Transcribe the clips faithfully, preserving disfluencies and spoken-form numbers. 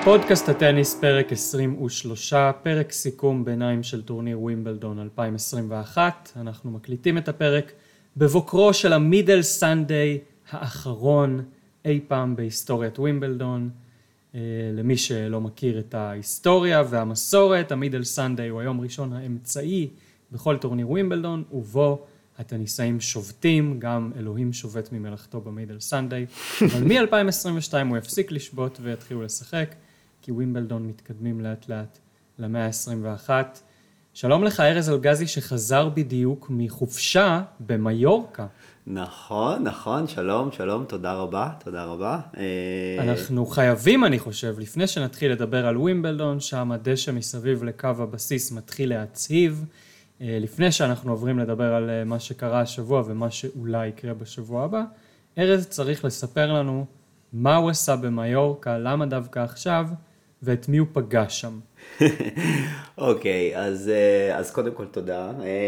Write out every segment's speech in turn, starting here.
פודקאסט הטניס, פרק עשרים ושלוש, פרק סיכום ביניים של טורניר ווימבלדון אלפיים עשרים ואחת. אנחנו מקליטים את הפרק בבוקרו של המידל סנדיי האחרון אי פעם בהיסטוריית ווימבלדון. למי שלא מכיר את ההיסטוריה והמסורת, המידל סנדיי הוא היום ראשון האמצעי בכל טורניר ווימבלדון, ובו הטניסאים שובתים, גם אלוהים שובת ממלאכתו במידל סנדיי, אבל מ-אלפיים עשרים ושתיים הוא יפסיק לשבות ויתחילו לשחק, כי ווימבלדון מתקדמים לאט לאט למאה ה-עשרים ואחת. שלום לך ארז אלגזי שחזר בדיוק מחופשה במיורקה. נכון, נכון, שלום, שלום, תודה רבה, תודה רבה. אנחנו חייבים, אני חושב, לפני שנתחיל לדבר על ווימבלדון, שם הדשא מסביב לקו הבסיס מתחיל להצהיב, לפני שאנחנו עוברים לדבר על מה שקרה השבוע ומה שאולי יקרה בשבוע הבא, ארז צריך לספר לנו מה הוא עשה במיורקה, למה דווקא עכשיו, ואת מי הוא פגש שם. אוקיי, אז, אז קודם כל תודה.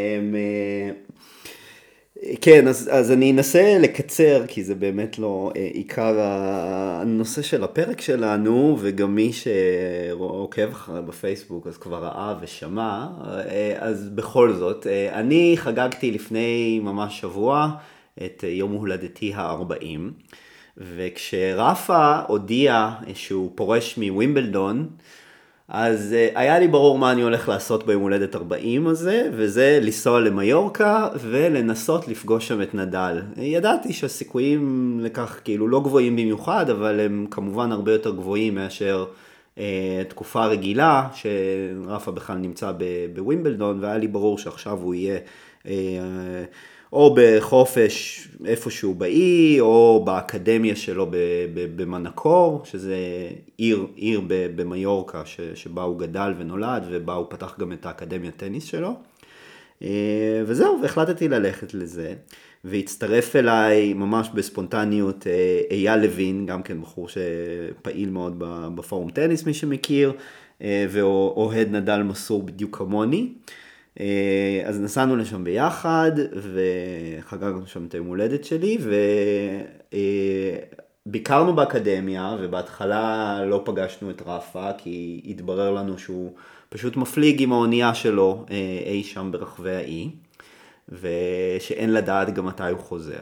כן, אז, אז אני אנסה לקצר, כי זה באמת לא עיקר הנושא של הפרק שלנו, וגם מי שעוקב אחרי בפייסבוק אז כבר ראה ושמע, אז בכל זאת, אני חגגתי לפני ממש שבוע את יום הולדתי ה-ארבעים, וכשרפה הודיע שהוא פורש מווימבלדון, אז היה לי ברור מה אני הולך לעשות ביום הולדת ארבעים הזה, וזה לנסוע למיורקה ולנסות לפגוש שם את נדל. ידעתי שהסיכויים לכך כאילו לא גבוהים במיוחד, אבל הם כמובן הרבה יותר גבוהים מאשר אה, תקופה רגילה, שרפה בכלל נמצא בווימבלדון, והיה לי ברור שעכשיו הוא יהיה אה, או בחופש איפשהו באי, או באקדמיה שלו במנקור, שזה עיר, עיר במיורקה שבה הוא גדל ונולד, ובה הוא פתח גם את האקדמיה טניס שלו. וזהו, והחלטתי ללכת לזה, והצטרף אליי ממש בספונטניות אייל לוין, גם כן בחור שפעיל מאוד בפורום טניס, מי שמכיר, ואוהד נדל מסור בדיוק כמוני. אז נסענו לשם ביחד, וחגגנו שם את היום הולדת שלי, וביקרנו באקדמיה, ובהתחלה לא פגשנו את רפה, כי התברר לנו שהוא פשוט מפליג עם האונייה שלו אי שם ברחבי האי, ושאין לדעת גם מתי הוא חוזר.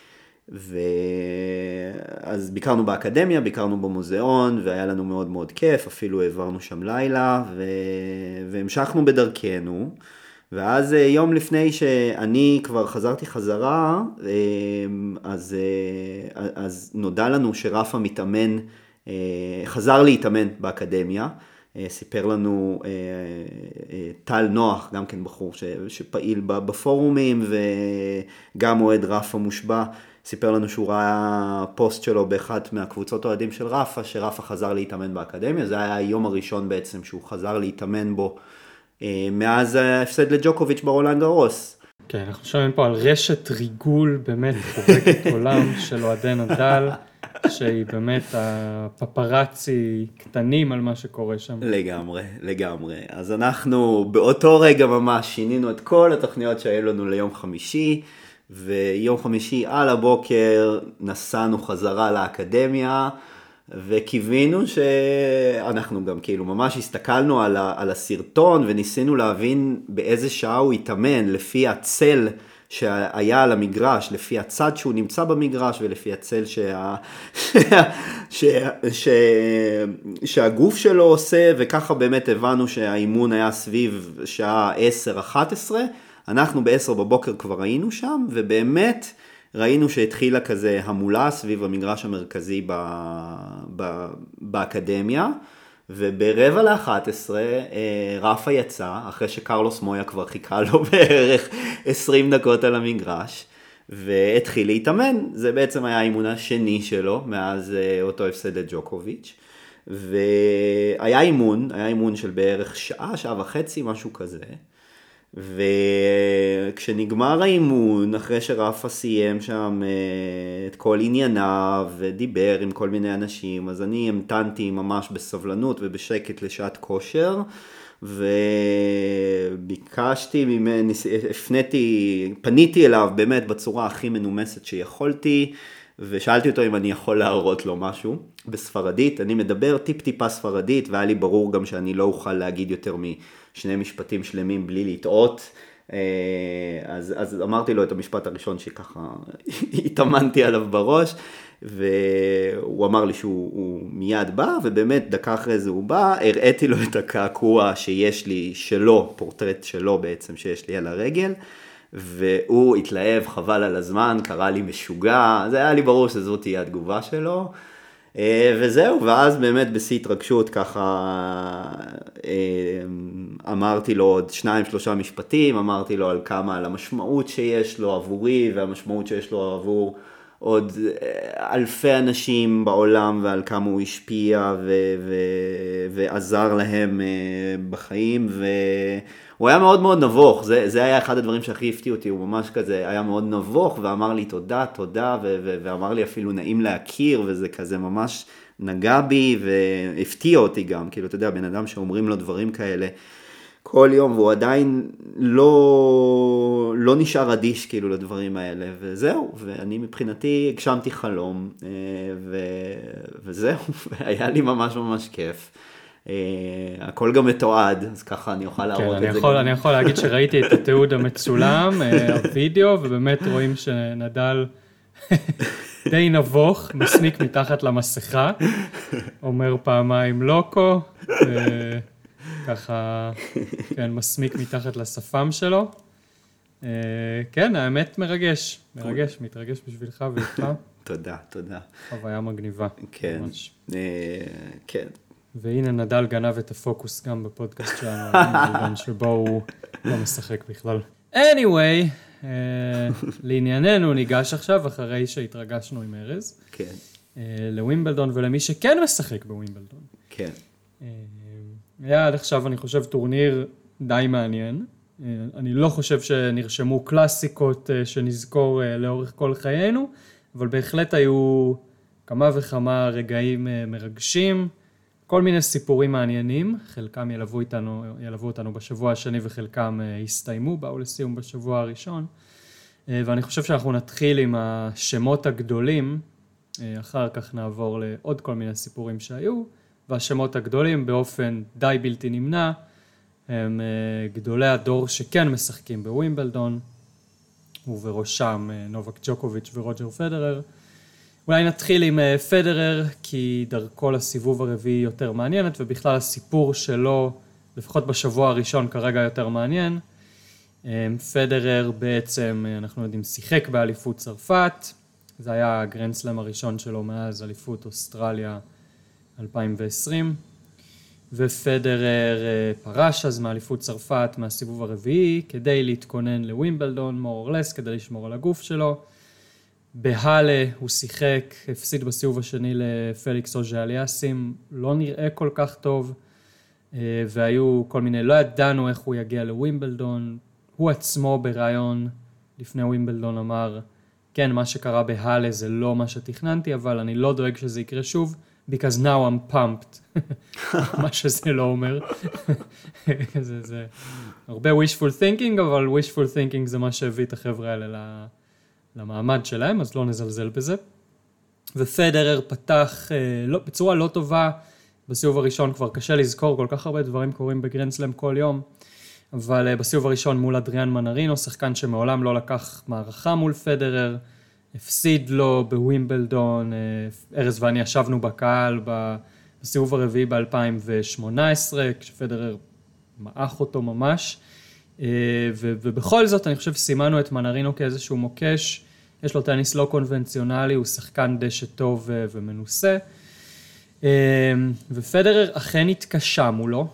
ואז ביקרנו באקדמיה, ביקרנו במוזיאון, והיה לנו מאוד מאוד כיף, אפילו העברנו שם לילה, ו... והמשכנו בדרכנו, ואז יום לפני שאני כבר חזרתי חזרה, אז, אז נודע לנו שרפה מתאמן, חזר להתאמן באקדמיה, סיפר לנו טל נוח, גם כן בחור שפעיל בפורומים, וגם אוהד רפה מושבע, סיפר לנו שהוא ראה פוסט שלו באחת מהקבוצות אוהדים של רפה, שרפה חזר להתאמן באקדמיה. זה היה היום הראשון בעצם שהוא חזר להתאמן בו, מאז ההפסד לג'וקוביץ' ברולאן גארוס. כן, אנחנו שומעים פה על רשת ריגול באמת חובקת עולם של אוהדי נדל, שהיא באמת הפפרצי קטנים על מה שקורה שם. לגמרי, לגמרי. אז אנחנו באותו רגע ממש שינינו את כל התוכניות שהיו לנו ליום חמישי, ויום חמישי על הבוקר נסענו חזרה לאקדמיה, וקיווינו שאנחנו גם כאילו ממש הסתכלנו על, ה, על הסרטון, וניסינו להבין באיזה שעה הוא התאמן, לפי הצל שהיה על המגרש, לפי הצד שהוא נמצא במגרש, ולפי הצל שה, ש, ש, שהגוף שלו עושה, וככה באמת הבנו שהאימון היה סביב שעה עשר אחת עשרה, אנחנו ב-עשר בבוקר כבר היינו שם, ובאמת ראינו שהתחילה כזה המולה סביב המגרש המרכזי ב- ב- באקדמיה, וברבע ל-אחת עשרה רפה יצא, אחרי שקרלוס מויה כבר חיכה לו בערך עשרים דקות על המגרש, והתחיל להתאמן. זה בעצם היה האימון השני שלו, מאז אותו הפסד לג'וקוביץ', והיה אימון, היה אימון של בערך שעה, שעה וחצי, משהו כזה. וכשנגמר האימון, אחרי שרפה סיים שם את כל ענייניו ודיבר עם כל מיני אנשים, אז אני המתנתי ממש בסבלנות ובשקט לשעת כושר, וביקשתי ממני, הפניתי, פניתי אליו באמת בצורה הכי מנומסת שיכולתי, ושאלתי אותו אם אני יכול להראות לו משהו בספרדית. אני מדבר טיפ טיפה ספרדית, והיה לי ברור גם שאני לא אוכל להגיד יותר משני משפטים שלמים בלי לטעות. אז, אז אמרתי לו את המשפט הראשון שככה התאמנתי עליו בראש, והוא אמר לי שהוא מיד בא, ובאמת דקה אחרי זה הוא בא, הראיתי לו את הקעקוע שיש לי שלו, פורטרט שלו בעצם שיש לי על הרגל, והוא התלהב, חבל על הזמן, קרא לי משוגע, זה היה לי ברור שזאת תהיה התגובה שלו, וזהו, ואז באמת בשיא התרגשות ככה אמרתי לו עוד שניים שלושה משפטים, אמרתי לו על כמה, על המשמעות שיש לו עבורי, והמשמעות שיש לו עבור עוד אלפי אנשים בעולם, ועל כמה הוא השפיע ו- ו- ועזר להם בחיים, והוא היה מאוד מאוד נבוך, זה, זה היה אחד הדברים שהכי הפתיע אותי, הוא ממש כזה היה מאוד נבוך, ואמר לי תודה, תודה, ו- ו- ואמר לי אפילו נעים להכיר, וזה כזה ממש נגע בי, והפתיע אותי גם, כאילו אתה יודע, בן אדם שאומרים לו דברים כאלה, כל יום, והוא עדיין לא, לא נשאר אדיש כאילו לדברים האלה, וזהו, ואני מבחינתי הגשמתי חלום, ו, וזהו, והיה לי ממש ממש כיף. הכל גם מתועד, אז ככה אני אוכל להראות כן, את זה. יכול, גם. אני יכול להגיד שראיתי את התיעוד המצולם, הווידאו, ובאמת רואים שנדל די נבוך, מסניק מתחת למסכה, אומר פעמיים לוקו, ככה, כן, מסמיק מתחת לשפם שלו. כן, האמת מרגש, מרגש, מתרגש בשבילך ואיתך. תודה, תודה. חוויה מגניבה. כן, כן. והנה נדל גנב את הפוקוס גם בפודקאסט שלנו, בגלל שבו הוא לא משחק בכלל. anyway, לענייננו ניגש עכשיו, אחרי שהתרגשנו עם ארז. כן. לווימבלדון ולמי שכן משחק בווימבלדון. כן. היה עד עכשיו, אני חושב, טורניר די מעניין. אני לא חושב שנרשמו קלאסיקות שנזכור לאורך כל חיינו, אבל בהחלט היו כמה וכמה רגעים מרגשים, כל מיני סיפורים מעניינים, חלקם ילוו אותנו, ילוו אותנו בשבוע השני וחלקם הסתיימו, באו לסיום בשבוע הראשון. ואני חושב שאנחנו נתחיל עם השמות הגדולים, אחר כך נעבור לעוד כל מיני סיפורים שהיו, והשמות הגדולים באופן די בלתי נמנע, הם גדולי הדור שכן משחקים בווימבלדון, ובראשם נובק ג'וקוביץ' ורוג'ר פדרר. אולי נתחיל עם פדרר, כי דרכו לסיבוב הרביעי יותר מעניינת, ובכלל הסיפור שלו, לפחות בשבוע הראשון כרגע יותר מעניין. פדרר בעצם, אנחנו יודעים, שיחק באליפות צרפת, זה היה הגרנדסלאם הראשון שלו מאז אליפות אוסטרליה אלפיים ועשרים, ופדרר פרש אז מאליפות צרפת מהסיבוב הרביעי, כדי להתכונן לווימבלדון, more or less, כדי לשמור על הגוף שלו. בהלה הוא שיחק, הפסיד בסיבוב השני לפליקס אוג'ה אליאסים, לא נראה כל כך טוב, והיו כל מיני, לא ידענו איך הוא יגיע לווימבלדון, הוא עצמו ברעיון לפני ווימבלדון אמר, כן, מה שקרה בהלה זה לא מה שתכננתי, אבל אני לא דואג שזה יקרה שוב, because now I'm pumped. מה שזה לא אומר. זה, זה הרבה wishful thinking, אבל wishful thinking זה מה שהביא את החבר'ה האלה למעמד שלהם, אז לא נזלזל בזה. ופדרר פתח לא, בצורה לא טובה, בסיבוב הראשון כבר קשה לזכור, כל כך הרבה דברים קורים בגרנדסלאם כל יום, אבל בסיבוב הראשון מול אדריאן מנרינו, שחקן שמעולם לא לקח מערכה מול פדרר, הפסיד לו בווימבלדון, ארז ואני ישבנו בקהל בסיבוב הרביעי ב-אלפיים ושמונה עשרה, כשפדרר מעך אותו ממש, ובכל זאת אני חושב סימנו את מנרינו כאיזשהו מוקש, יש לו טניס לא קונבנציונלי, הוא שחקן דשא טוב ומנוסה, ופדרר אכן התקשה מולו,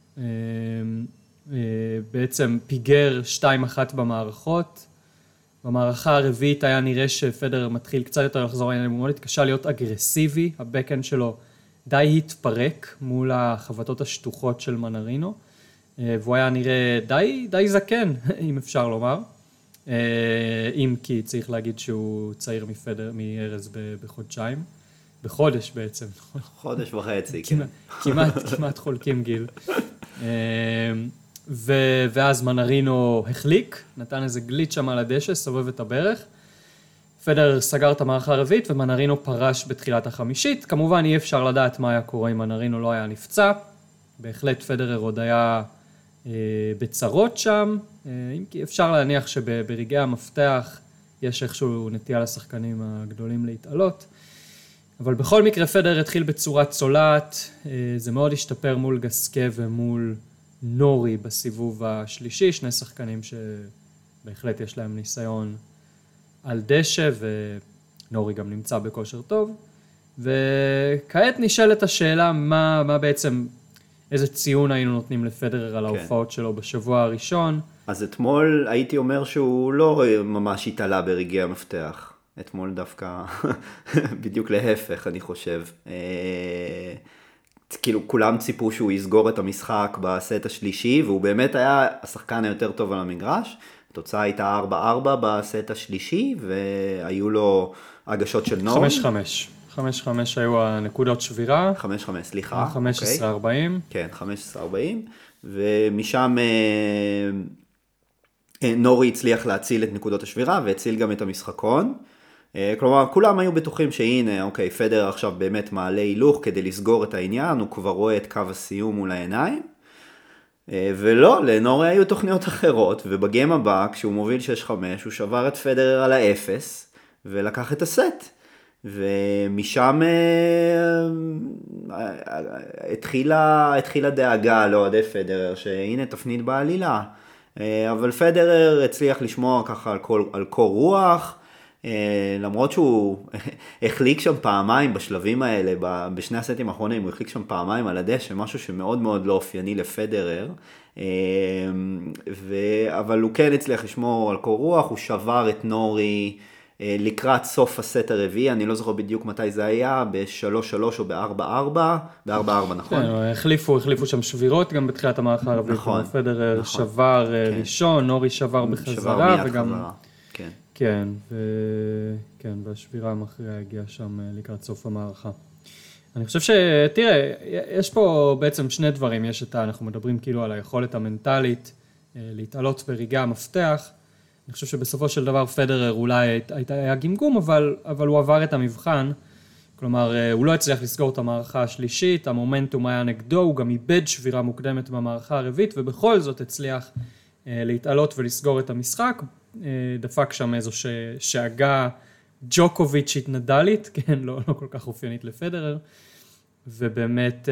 בעצם פיגר שתיים אחת במערכות, במערכה הרביעית היה נראה שפדרר מתחיל קצת יותר לחזור העניין, הוא מאוד התקשה להיות אגרסיבי, הבקאנד שלו די התפרק מול החבטות השטוחות של מנרינו, והוא היה נראה די, די זקן, אם אפשר לומר, אם כי צריך להגיד שהוא צעיר מפדר, מארז בחודשיים, בחודש בעצם. חודש וחצי, כן. כמעט, כמעט חולקים גיל. ו- ואז מנרינו החליק, נתן איזה גליץ' שם על הדשא, סובב את הברך. פדרר סגר את המערכה הרביעית ומנרינו פרש בתחילת החמישית. כמובן אי אפשר לדעת מה היה קורה אם מנרינו לא היה נפצע. בהחלט פדרר עוד היה אה, בצרות שם, אה, אם כי אפשר להניח שברגעי המפתח יש איכשהו נטייה לשחקנים הגדולים להתעלות. אבל בכל מקרה פדרר התחיל בצורה צולעת, אה, זה מאוד השתפר מול גסקה ומול נורי בסיבוב השלישי, שני שחקנים שבהחלט יש להם ניסיון על דשא, ונורי גם נמצא בכושר טוב. וכעת נשאלת השאלה מה, מה בעצם, איזה ציון היינו נותנים לפדרר על ההופעות שלו בשבוע הראשון. אז אתמול הייתי אומר שהוא לא ממש התעלה ברגעי המפתח. אתמול דווקא בדיוק להפך, אני חושב. כאילו כולם ציפו שהוא יסגור את המשחק בסט השלישי, והוא באמת היה השחקן היותר טוב על המגרש. התוצאה הייתה ארבע ארבע בסט השלישי, והיו לו הגשות של נורי. חמש חמש. חמש חמש היו הנקודות שבירה. חמש חמש, סליחה. חמש עשרה ארבעים. כן, חמש עשרה ארבעים. ומשם נורי הצליח להציל את נקודות השבירה, והציל גם את המשחקון. כלומר, כולם היו בטוחים שהנה, אוקיי, פדרר עכשיו באמת מעלה הילוך כדי לסגור את העניין, הוא כבר רואה את קו הסיום מול העיניים. ולא, לנורי היו תוכניות אחרות, ובגיים הבא, כשהוא מוביל שש חמש, הוא שבר את פדרר על האפס, ולקח את הסט. ומשם התחילה, התחילה דאגה לאוהדי פדרר, שהנה תפנית בעלילה. אבל פדרר הצליח לשמוע ככה על, כל, על קור רוח, למרות שהוא החליק שם פעמיים בשלבים האלה, בשני הסטים האחרונים הוא החליק שם פעמיים על הדשא, משהו שמאוד מאוד לא אופייני לפדרר, ו... אבל הוא כן הצליח לשמור על קור רוח, הוא שבר את נורי לקראת סוף הסט הרביעי, אני לא זוכר בדיוק מתי זה היה, ב-שלוש שלוש או ב-ארבע ארבע, ב-ארבע ארבע, נכון? כן, החליפו, החליפו שם שבירות גם בתחילת המערכה הרביעית, נכון, פדרר נכון, שבר כן. ראשון, נורי שבר בחזרה, שבר מיד וגם... חזרה, כן. כן, ו... כן, והשבירה המכריעה הגיעה שם לקראת סוף המערכה. אני חושב ש... תראה, יש פה בעצם שני דברים, יש את ה... אנחנו מדברים כאילו על היכולת המנטלית להתעלות ברגעי המפתח, אני חושב שבסופו של דבר פדרר אולי היה גמגום, אבל, אבל הוא עבר את המבחן. כלומר, הוא לא הצליח לסגור את המערכה השלישית, המומנטום היה נגדו, הוא גם איבד שבירה מוקדמת במערכה הרביעית, ובכל זאת הצליח להתעלות ולסגור את המשחק. דפק שם איזו שאגה ג'וקוביץ' נדלית, כן, לא, לא כל כך אופיינית לפדרר. ובאמת...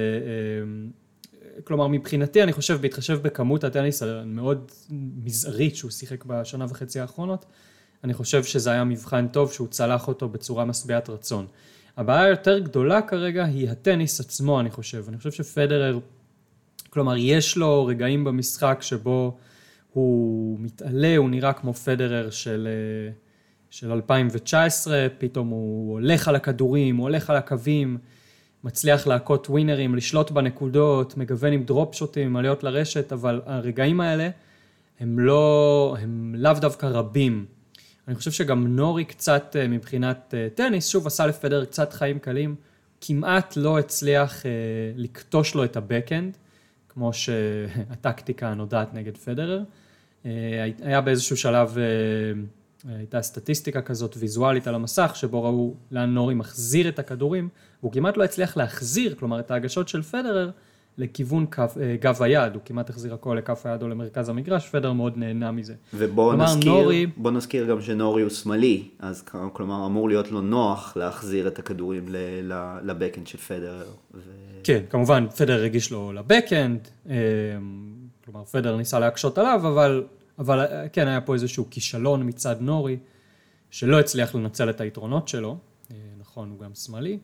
כלומר, מבחינתי, אני חושב, בהתחשב בכמות הטניס המאוד מזערית שהוא שיחק בשנה וחצי האחרונות, אני חושב שזה היה מבחן טוב שהוא צלח אותו בצורה משביעת רצון. הבעיה היותר גדולה כרגע היא הטניס עצמו, אני חושב. אני חושב שפדרר, כלומר, יש לו רגעים במשחק שבו הוא מתעלה, הוא נראה כמו פדרר של, של אלפיים תשע עשרה, פתאום הוא הולך על הכדורים, הוא הולך על הקווים, מצליח להכות ווינרים, לשלוט בנקודות, מגוון עם דרופ שוטים, עליות לרשת, אבל הרגעים האלה הם לא, הם לאו דווקא רבים. אני חושב שגם נורי קצת מבחינת טניס, שוב עשה לפדרר קצת חיים קלים, כמעט לא הצליח לקטוש לו את הבקאנד, כמו שהטקטיקה הנודעת נגד פדרר. היה באיזשהו שלב, הייתה סטטיסטיקה כזאת ויזואלית על המסך, שבו ראו לאן נורי מחזיר את הכדורים, והוא כמעט לא הצליח להחזיר, כלומר את ההגשות של פדרר, לכיוון כף, גב היד, הוא כמעט החזיר הכל לכף היד או למרכז המגרש, פדרר מאוד נהנה מזה. ובוא נזכיר, נורי... בוא נזכיר גם שנורי הוא שמאלי, אז כלומר אמור להיות לו נוח להחזיר את הכדורים לבקאנד של פדרר. ו... כן, כמובן פדרר הגיש לו לבקאנד, כלומר פדרר ניסה להקשות עליו, אבל, אבל כן היה פה איזשהו כישלון מצד נורי, שלא הצליח לנצל את היתרונות שלו, נכון, הוא גם שמאלי,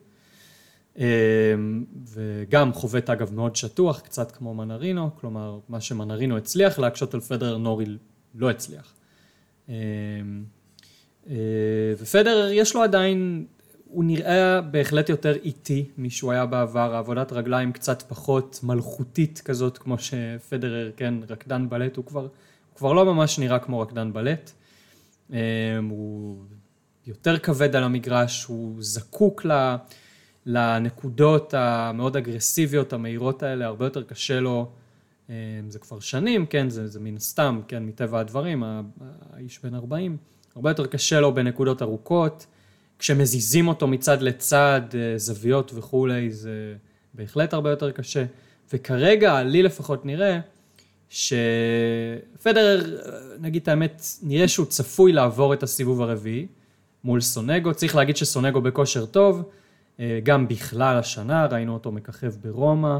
וגם חובט אגב מאוד שטוח, קצת כמו מנרינו, כלומר מה שמנרינו הצליח להקשות על פדרר, נורי לא הצליח. ופדרר יש לו עדיין, הוא נראה בהחלט יותר איטי משהוא היה בעבר, העבודת רגליים קצת פחות מלכותית כזאת, כמו שפדרר, כן, רקדן בלט, הוא כבר, הוא כבר לא ממש נראה כמו רקדן בלט, הוא יותר כבד על המגרש, הוא זקוק ל... לנקודות המאוד אגרסיביות, המהירות האלה, הרבה יותר קשה לו, זה כבר שנים, כן, זה, זה מן סתם, כן, מטבע הדברים, האיש בן ארבעים, הרבה יותר קשה לו בנקודות ארוכות, כשמזיזים אותו מצד לצד, זוויות וכולי, זה בהחלט הרבה יותר קשה. וכרגע, לי לפחות נראה, שפדרר, נגיד את האמת, נראה שהוא צפוי לעבור את הסיבוב הרביעי, מול סונגו. צריך להגיד שסונגו בכושר טוב, גם בכלל השנה, ראינו אותו מככב ברומא,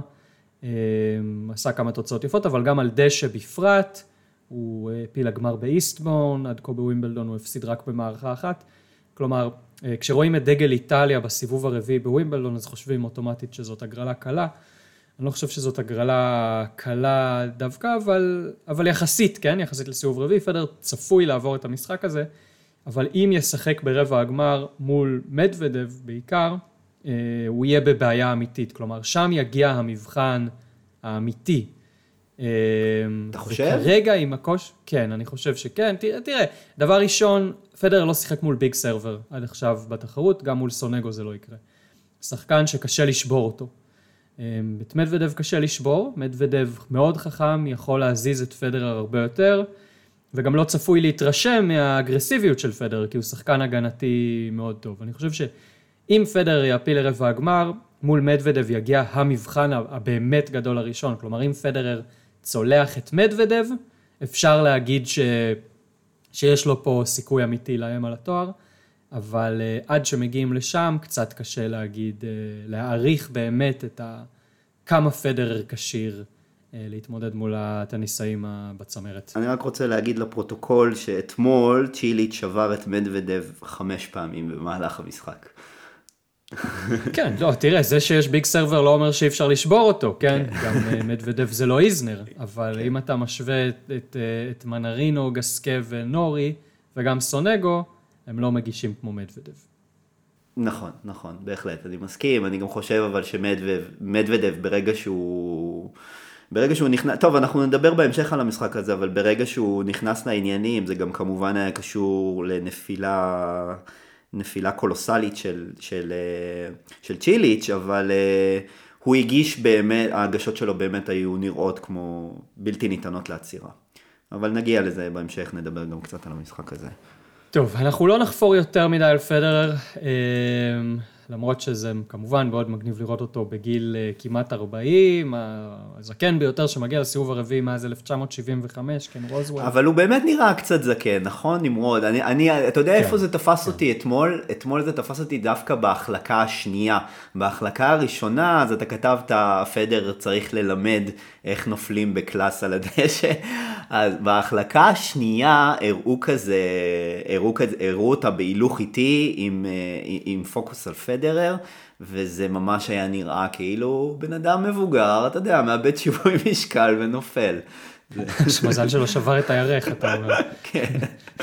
עשה כמה תוצאות יפות, אבל גם על דשא בפרט, הוא הפיל הגמר באיסטבורן, עד כה בווימבלדון הוא הפסיד רק במערכה אחת. כלומר, כשרואים את דגל איטליה בסיבוב הרביעי בווימבלדון, אז חושבים אוטומטית שזאת הגרלה קלה. אני לא חושב שזאת הגרלה קלה דווקא, אבל, אבל יחסית, כן? יחסית לסיבוב רביעי, פדרר צפוי לעבור את המשחק הזה, אבל אם ישחק ברבע הגמר מול מדוודב בעיקר, הוא יהיה בבעיה אמיתית. כלומר, שם יגיע המבחן האמיתי. אתה חושב? וכרגע עם הקוש... כן, אני חושב שכן. תראה, תראה, דבר ראשון, פדרר לא שיחק מול ביג סרבר עד עכשיו בתחרות, גם מול סונגו זה לא יקרה. שחקן שקשה לשבור אותו. את מדוודב קשה לשבור, מדוודב מאוד חכם, יכול להזיז את פדרר הרבה יותר, וגם לא צפוי להתרשם מהאגרסיביות של פדרר, כי הוא שחקן הגנתי מאוד טוב. אני חושב שאם פדרר יעפיל לרבע הגמר, מול מדוודב יגיע המבחן הבאמת גדול הראשון. כלומר, אם פדרר צולח את מדוודב, אפשר להגיד ש... שיש לו פה סיכוי אמיתי להם על התואר, אבל uh, עד שמגיעים לשם, קצת קשה להגיד, uh, להעריך באמת את ה... כמה פדרר כשיר uh, להתמודד מול הטניסאים בצמרת. אני רק רוצה להגיד לפרוטוקול שאתמול צ'יליץ' שבר את מדוודב חמש פעמים במהלך המשחק. כן, לא, תראה, זה שיש ביג סרבר לא אומר שאי אפשר לשבור אותו, כן? גם מדוודב זה לא איזנר, אבל אם אתה משווה את, את מנרינו, גסקה ונורי, וגם סונגו, הם לא מגישים כמו מדוודב. נכון, נכון, בהחלט, אני מסכים, אני גם חושב אבל שמדוודב ברגע שהוא... ברגע שהוא נכנס, טוב, אנחנו נדבר בהמשך על המשחק הזה, אבל ברגע שהוא נכנס לעניינים, זה גם כמובן היה קשור לנפילה... נפילה קולוסלית של, של, של צ'יליץ', אבל הוא הגיש באמת, ההגשות שלו באמת היו נראות כמו בלתי ניתנות לעצירה. אבל נגיע לזה בהמשך, נדבר גם קצת על המשחק הזה. טוב, אנחנו לא נחפור יותר מדי על פדרר, למרות שזה כמובן מאוד מגניב לראות אותו בגיל כמעט ארבעים, הזקן ביותר שמגיע לסיבוב הרביעי מאז אלף תשע מאות שבעים וחמש, כן, רוזוול. אבל הוא באמת נראה קצת זקן, נכון, נמרוד? אני, אני, אתה יודע איפה זה תפס אותי אתמול? אתמול זה תפס אותי דווקא בהחלקה השנייה. בהחלקה הראשונה, אז אתה כתבת, פדרר צריך ללמד איך נופלים בקלאס על הדשא. אז בהחלקה השנייה הראו כזה, הראו, כזה, הראו אותה בהילוך איטי עם, עם פוקוס על פדרר, וזה ממש היה נראה כאילו בן אדם מבוגר, אתה יודע, מאבד שיווי משקל ונופל. יש מזל שלא שבר את הירך, אתה אומר. כן.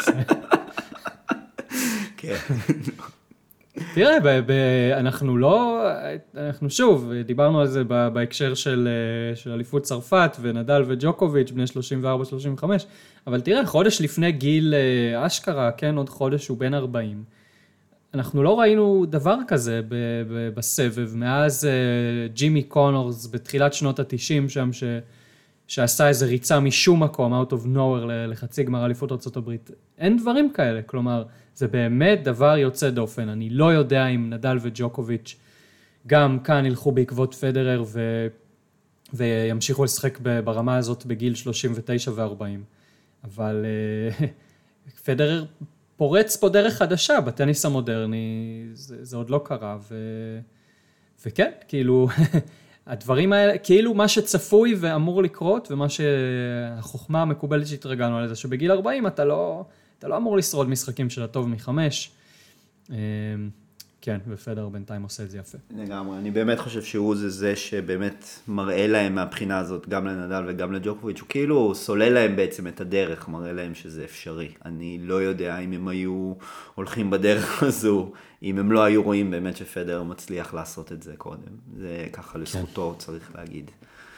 כן. תראה, אנחנו לא, אנחנו שוב, דיברנו על זה בהקשר של אליפות צרפת, ונדל וג'וקוביץ' בני שלושים וארבע שלושים וחמש, אבל תראה, חודש לפני גיל אשכרה, כן, עוד חודש הוא בן ארבעים, אנחנו לא ראינו דבר כזה בסבב, מאז ג'ימי קונורס בתחילת שנות ה-תשעים שם, ש... שעשה איזו ריצה משום מקום, out of nowhere לחצי גמר אליפות ארצות הברית. אין דברים כאלה, כלומר, זה באמת דבר יוצא דופן. אני לא יודע אם נדל וג'וקוביץ' גם כאן ילכו בעקבות פדרר ו... וימשיכו לשחק ברמה הזאת בגיל שלושים ותשע ו-ארבעים. אבל פדרר פורץ פה דרך חדשה בטניס המודרני, זה, זה עוד לא קרה, ו... וכן, כאילו... הדברים האלה, כאילו מה שצפוי ואמור לקרות, ומה שהחוכמה המקובלת שהתרגלנו על זה, שבגיל ארבעים אתה לא, אתה לא אמור לשרוד משחקים של הטוב מחמש. כן, ופדרר בינתיים עושה את זה יפה. לגמרי, אני באמת חושב שהוא זה זה שבאמת מראה להם מהבחינה הזאת, גם לנדל וגם לג'וקוביץ', הוא כאילו סולל להם בעצם את הדרך, מראה להם שזה אפשרי. אני לא יודע אם הם היו הולכים בדרך הזו, אם הם לא היו רואים באמת שפדרר מצליח לעשות את זה קודם. זה ככה לזכותו, כן. צריך להגיד.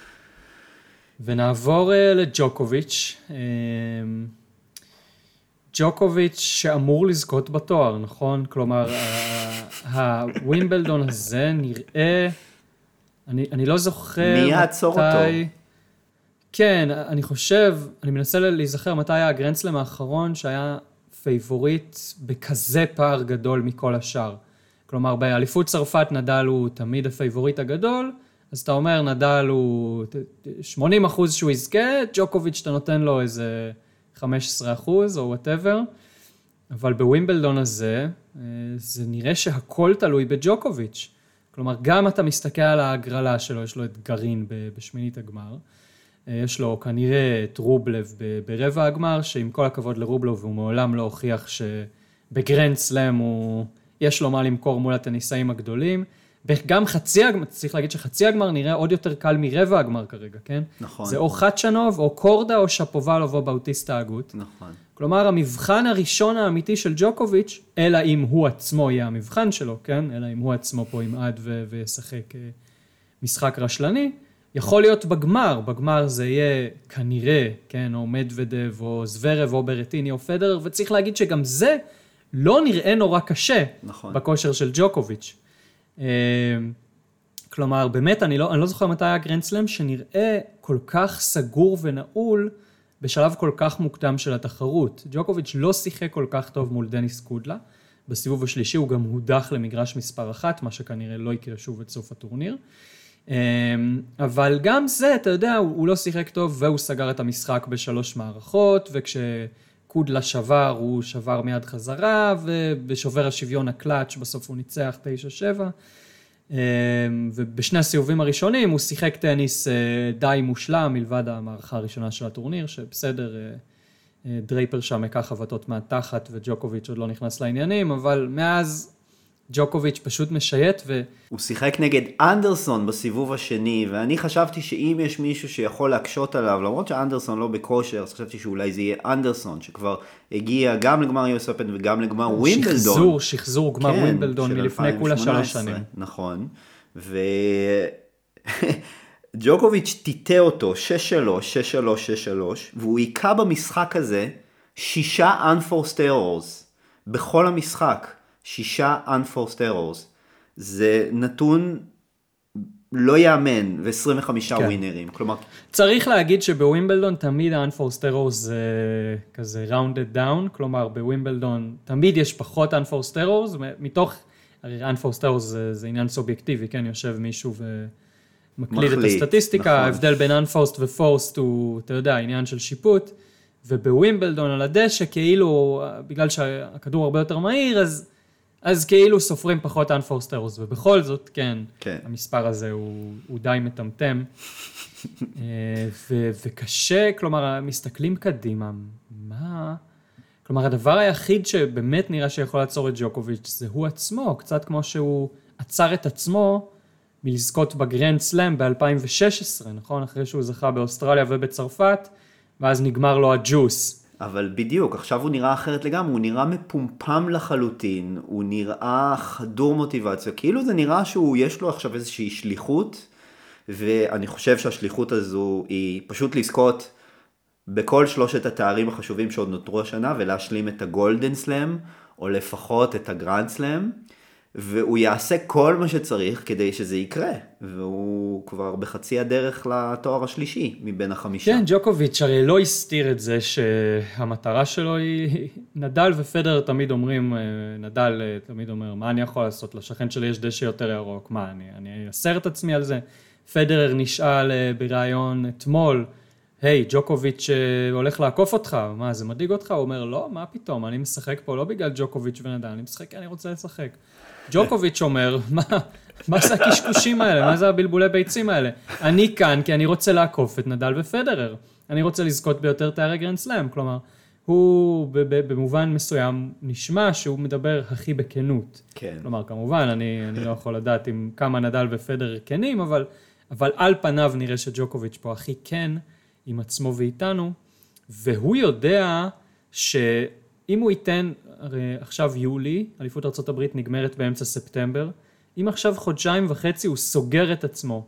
ונעבור לג'וקוביץ'. ג'וקוביץ' שאמור לזכות בתואר, נכון? כלומר, הווימבלדון הזה נראה, אני, אני לא זוכר מי יעצור אותו? כן, אני חושב, אני מנסה להיזכר מתי היה הגרנדסלם האחרון שהיה פייבוריט בכזה פער גדול מכל השאר. כלומר, באליפות צרפת נדל הוא תמיד הפייבוריט הגדול, אז אתה אומר, נדל הוא שמונים אחוז שהוא יזכה, ג'וקוביץ' אתה נותן לו איזה חמישה עשר אחוז או whatever, אבל בווימבלדון הזה, זה נראה שהכל תלוי בג'וקוביץ'. כלומר, גם אתה מסתכל על ההגרלה שלו, יש לו את גרין בשמינית הגמר, יש לו כנראה את רובלב ברבע הגמר, שעם כל הכבוד לרובלב, הוא מעולם לא הוכיח שבגרנד סלאם הוא, יש לו מה למכור מול הטניסאים הגדולים. גם חצי הגמר, צריך להגיד שחצי הגמר נראה עוד יותר קל מרבע הגמר כרגע, כן? נכון. זה או חדשנוב, או קורדה, או שפובלוב, או באוטיסטה הגות. נכון. כלומר, המבחן הראשון האמיתי של ג'וקוביץ', אלא אם הוא עצמו יהיה המבחן שלו, כן? אלא אם הוא עצמו פה ימעד ו- וישחק משחק רשלני, יכול להיות בגמר. בגמר זה יהיה כנראה, כן? או מדוודב, או זוורב, או ברטיני, או פדרר, וצריך להגיד שגם זה לא נראה נורא קשה נכון. בכושר של ג'וקוביץ'. כלומר, באמת, אני לא, אני לא זוכר מתי היה גרנד סלאם שנראה כל כך סגור ונעול בשלב כל כך מוקדם של התחרות. ג'וקוביץ' לא שיחק כל כך טוב מול דניס קודלה. בסיבוב השלישי הוא גם הודח למגרש מספר אחת, מה שכנראה לא יקרה שוב את סוף הטורניר. אבל גם זה, אתה יודע, הוא לא שיחק טוב והוא סגר את המשחק בשלוש מערכות, וכשקודלה שבר, הוא שבר מיד חזרה, ובשובר השוויון הקלאץ' בסוף הוא ניצח תשע שבע. ובשני הסיבובים הראשונים הוא שיחק טניס די מושלם, מלבד המערכה הראשונה של הטורניר, שבסדר, דרייפר שם מקח חבטות מהתחת, וג'וקוביץ' עוד לא נכנס לעניינים, אבל מאז ג'וקוביץ' פשוט משייט ו... הוא שיחק נגד אנדרסון בסיבוב השני, ואני חשבתי שאם יש מישהו שיכול להקשות עליו, למרות שאנדרסון לא בכושר, אז חשבתי שאולי זה יהיה אנדרסון, שכבר הגיע גם לגמר יו אס Open וגם לגמר ווימבלדון. שחזור, שחזור גמר כן, ווימבלדון מלפני כולה שלוש שנים. נכון, וג'וקוביץ' טיטה אותו שש שלוש, שש שלוש, שש שלוש, והוא עיקה במשחק הזה שישה unforced errors, בכל המשחק. שישה unforced errors. זה נתון לא יאמן, ו-עשרים וחמישה כן. ווינרים. כלומר... צריך להגיד שבווימבלדון תמיד ה-unforced errors זה כזה rounded down, כלומר בווימבלדון תמיד יש פחות unforced errors, מתוך, הרי unforced errors זה, זה עניין סובייקטיבי, כן, יושב מישהו ומקליד את הסטטיסטיקה, נכון. ההבדל בין unforced ו-forced הוא, אתה יודע, עניין של שיפוט, ובווימבלדון על הדשא, כאילו, בגלל שהכדור הרבה יותר מהיר, אז אז כאילו סופרים פחות unforced errors, ובכל זאת, כן, כן. המספר הזה הוא, הוא די מטמטם, ו, וקשה, כלומר, מסתכלים קדימה, מה? כלומר, הדבר היחיד שבאמת נראה שיכול לעצור את ג'וקוביץ' זה הוא עצמו, קצת כמו שהוא עצר את עצמו מלזכות בגרנד סלאם ב-אלפיים ושש עשרה, נכון? אחרי שהוא זכה באוסטרליה ובצרפת, ואז נגמר לו הג'וס. אבל בדיוק, עכשיו הוא נראה אחרת לגמרי, הוא נראה מפומפם לחלוטין, הוא נראה חדור מוטיבציה, כאילו זה נראה שהוא, יש לו עכשיו איזושהי שליחות, ואני חושב שהשליחות הזו היא פשוט לזכות בכל שלושת התארים החשובים שעוד נותרו השנה, ולהשלים את הגולדן סלאם, או לפחות את הגרנד סלאם, והוא יעשה כל מה שצריך כדי שזה יקרה, והוא כבר בחצי הדרך לתואר השלישי מבין החמישה. כן, ג'וקוביץ' הרי לא הסתיר את זה שהמטרה שלו היא, נדל ופדר תמיד אומרים, נדל תמיד אומר, מה אני יכול לעשות? לשכן שלי יש דשא יותר ירוק, מה, אני, אני אסר את עצמי על זה? פדרר נשאל ברעיון אתמול, היי, ג'וקוביץ' הולך לעקוף אותך, מה, זה מדאיג אותך? הוא אומר, לא, מה פתאום, אני משחק פה לא בגלל ג'וקוביץ' ונדל, אני משחק כי אני רוצה לשחק. ג'וקוביץ' אומר, מה, מה זה הקשקושים האלה? מה זה הבלבולי ביצים האלה? אני כאן כי אני רוצה לעקוף את נדל ופדרר. אני רוצה לזכות ביותר תארי גרנד סלאם. כלומר, הוא במובן מסוים נשמע שהוא מדבר הכי בכנות. כן. כלומר, כמובן, אני, אני לא יכול לדעת עם כמה נדל ופדרר כנים, אבל, אבל על פניו נראה שג'וקוביץ' פה הכי כן עם עצמו ואיתנו, והוא יודע שאם הוא ייתן, הרי עכשיו יולי, אליפות ארצות הברית נגמרת באמצע ספטמבר, אם עכשיו חודשיים וחצי הוא סוגר את עצמו,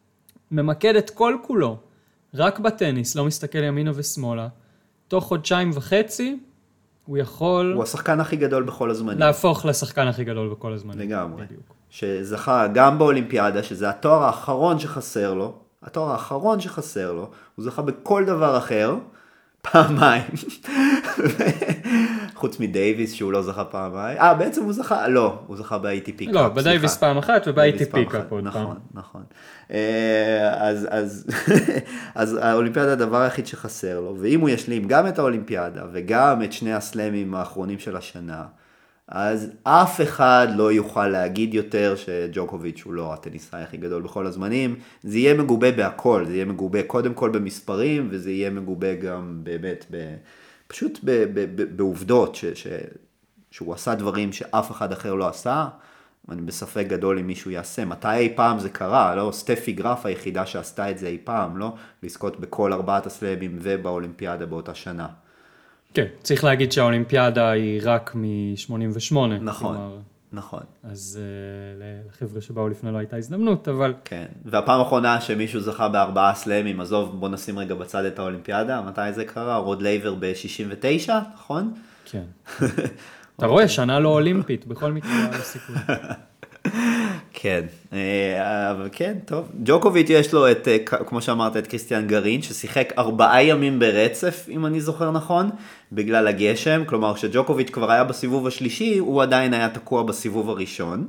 ממקד את כל כולו, רק בטניס, לא מסתכל ימינה ושמאלה, תוך חודשיים וחצי, הוא יכול... הוא השחקן הכי גדול בכל הזמנים. להפוך לשחקן הכי גדול בכל הזמנים. לגמרי. בדיוק. שזכה גם באולימפיאדה, שזה התואר האחרון שחסר לו, התואר האחרון שחסר לו, הוא זכה בכל דבר אחר, פעמיים. חוץ מדייביס שהוא לא זכה פעמיים. אה, בעצם הוא זכה, לא, הוא זכה ב-איי טי פי. לא, בדייביס פעם אחת וב-איי טי פי קאפ עוד פעם. נכון, נכון. אז, אז, אז האולימפיאדה הדבר היחיד שחסר לו, ואם הוא ישלים גם את האולימפיאדה וגם את שני הסלמים האחרונים של השנה, אז אף אחד לא יוכל להגיד יותר שג'וקוביץ' הוא לא הטניסאי הכי גדול בכל הזמנים. זה יהיה מגובה בהכל, זה יהיה מגובה קודם כל במספרים, וזה יהיה מגובה גם באמת, ב, פשוט ב, ב, ב, בעובדות, ש, ש, שהוא עשה דברים שאף אחד אחר לא עשה. אני בספק גדול אם מישהו יעשה. מתי אי פעם זה קרה? לא, סטפי גרף היחידה שעשתה את זה אי פעם, לא? לזכות בכל ארבעת הסלמים ובאולימפיאדה באותה שנה. כן, צריך להגיד שהאולימפיאדה היא רק מ-שמונים ושמונה. נכון, כלומר, נכון. אז uh, לחבר'ה שבאו לפני לא הייתה הזדמנות, אבל... כן, והפעם האחרונה שמישהו זכה בארבעה סלמים, עזוב, בוא נשים רגע בצד את האולימפיאדה, מתי זה קרה? רוד לייבר ב-שישים ותשע, נכון? כן. אתה רואה, שנה לא אולימפית, בכל מקרה היה לו סיכוי. כן, אבל כן, טוב. ג'וקוביץ' יש לו את, כמו שאמרת, את קריסטיאן גרין, ששיחק ארבעה ימים ברצף, אם אני זוכר נכון, בגלל הגשם. כלומר, כשג'וקוביץ' כבר היה בסיבוב השלישי, הוא עדיין היה תקוע בסיבוב הראשון.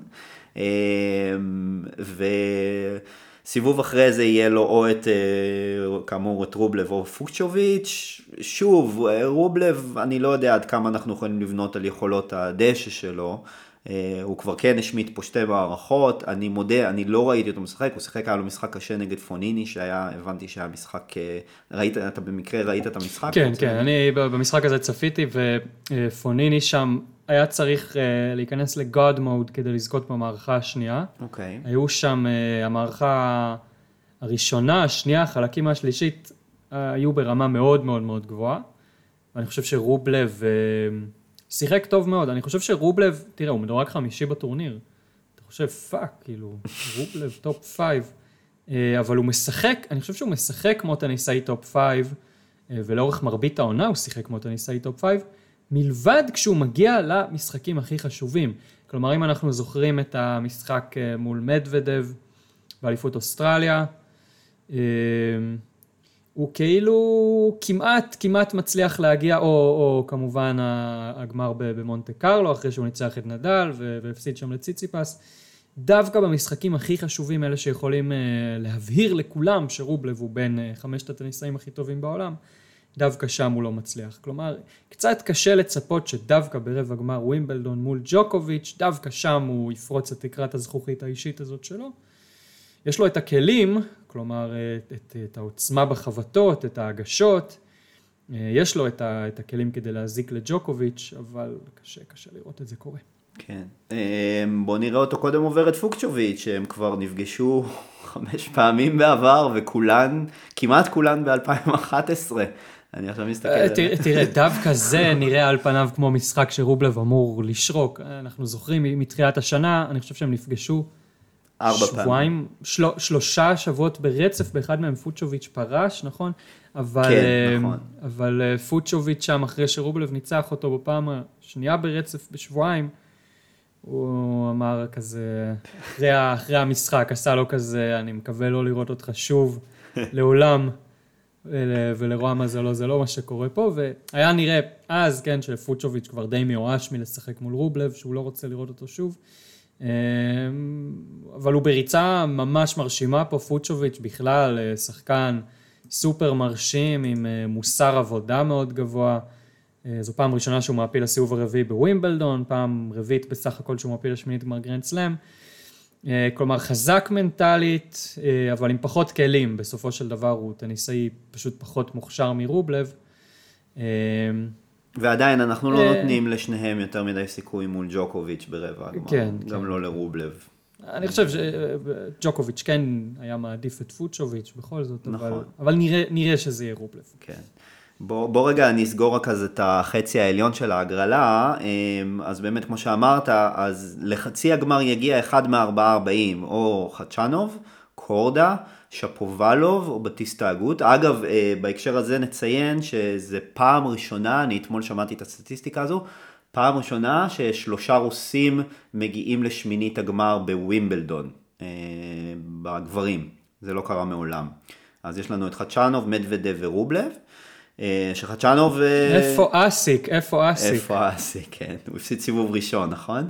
וסיבוב אחרי זה יהיה לו או את, כאמור, את רובלב או פוקצ'וביץ'. שוב, רובלב, אני לא יודע עד כמה אנחנו יכולים לבנות על יכולות הדשא שלו. הוא כבר כן השמיט פה שתי מערכות, אני מודה, אני לא ראיתי אותו משחק, הוא שיחק, היה לו משחק קשה נגד פוניני, שהיה, הבנתי שהיה משחק, ראית, אתה במקרה ראית את המשחק? כן, כן, אני במשחק הזה צפיתי, ופוניני שם היה צריך להיכנס לגוד מוד כדי לזכות במערכה השנייה. אוקיי. היו שם, המערכה הראשונה, השנייה, החלקים השלישית, היו ברמה מאוד מאוד מאוד גבוהה, ואני חושב שרובלב... שיחק טוב מאוד, אני חושב שרובלב, תראה, הוא מדורג חמישי בטורניר, אתה חושב, פאק, כאילו, רובלב טופ פייב, אבל הוא משחק, אני חושב שהוא משחק כמו טניסאי טופ פייב, ולאורך מרבית העונה הוא שיחק כמו טניסאי טופ פייב, מלבד כשהוא מגיע למשחקים הכי חשובים, כלומר, אם אנחנו זוכרים את המשחק מול מדוודב, באליפות אוסטרליה, הוא כאילו כמעט, כמעט מצליח להגיע, או, או כמובן הגמר במונטה קרלו, אחרי שהוא ניצח את נדל והפסיד שם לציציפס. דווקא במשחקים הכי חשובים, אלה שיכולים להבהיר לכולם שרובלב הוא בין חמשת הטניסאים הכי טובים בעולם, דווקא שם הוא לא מצליח. כלומר, קצת קשה לצפות שדווקא ברבע גמר ווימבלדון מול ג'וקוביץ', דווקא שם הוא יפרוץ את תקרת הזכוכית האישית הזאת שלו. יש לו את הכלים, כלומר, את, את, את העוצמה בחבטות, את ההגשות, יש לו את, ה, את הכלים כדי להזיק לג'וקוביץ', אבל קשה, קשה לראות את זה קורה. כן. בוא נראה אותו קודם עובר את פוקצ'וביץ', שהם כבר נפגשו חמש פעמים בעבר, וכולן, כמעט כולן ב-אלפיים ואחת עשרה. אני עכשיו מסתכל... תראה, דווקא זה נראה על פניו כמו משחק שרובלב אמור לשרוק. אנחנו זוכרים מתחילת השנה, אני חושב שהם נפגשו שבועיים, של, שלושה שבועות ברצף, באחד מהם פוצ'וביץ' פרש, נכון? אבל, כן, נכון. אבל פוצ'וביץ' שם, אחרי שרובלב ניצח אותו בפעם השנייה ברצף בשבועיים, הוא אמר כזה, אחרי, אחרי המשחק, עשה לו כזה, אני מקווה לא לראות אותך שוב, לעולם, ולרוע מזלו, זה לא מה שקורה פה, והיה נראה אז, כן, שפוצ'וביץ' כבר די מיואש מלשחק מול רובלב, שהוא לא רוצה לראות אותו שוב, אבל הוא בריצה ממש מרשימה פה, פוצ'וביץ' בכלל, שחקן סופר מרשים, עם מוסר עבודה מאוד גבוה, זו פעם ראשונה שהוא מעפיל לסיבוב הרביעי בווימבלדון, פעם רביעית בסך הכל שהוא מעפיל לשמינית גמר גרנד סלאם, כלומר חזק מנטלית, אבל עם פחות כלים, בסופו של דבר הוא טניסאי פשוט פחות מוכשר מרובלב. ועדיין אנחנו לא נותנים לשניהם יותר מדי סיכוי מול ג'וקוביץ' ברבע הגמר, כן, גם כן. לא לרובלב. אני חושב שג'וקוביץ' כן היה מעדיף את פוצ'וביץ' בכל זאת, נכון. אבל, אבל נראה, נראה שזה יהיה רובלב. כן. בוא, בוא רגע נסגור רק אז את החצי העליון של ההגרלה, אז באמת כמו שאמרת, אז לחצי הגמר יגיע אחד מהארבעה ארבעים, או חדשנוב, קורדה, שפובלוב או בטיסטה אגות. אגב, בהקשר הזה נציין שזה פעם ראשונה, אני אתמול שמעתי את הסטטיסטיקה הזו, פעם ראשונה ששלושה רוסים מגיעים לשמינית הגמר בווימבלדון, בגברים, זה לא קרה מעולם. אז יש לנו את חדשנוב, מדוודב ורובלב, שחצ'אנוב... איפה אסיק? איפה אסיק? איפה אסיק, כן. הוא הפסיד סיבוב ראשון, נכון?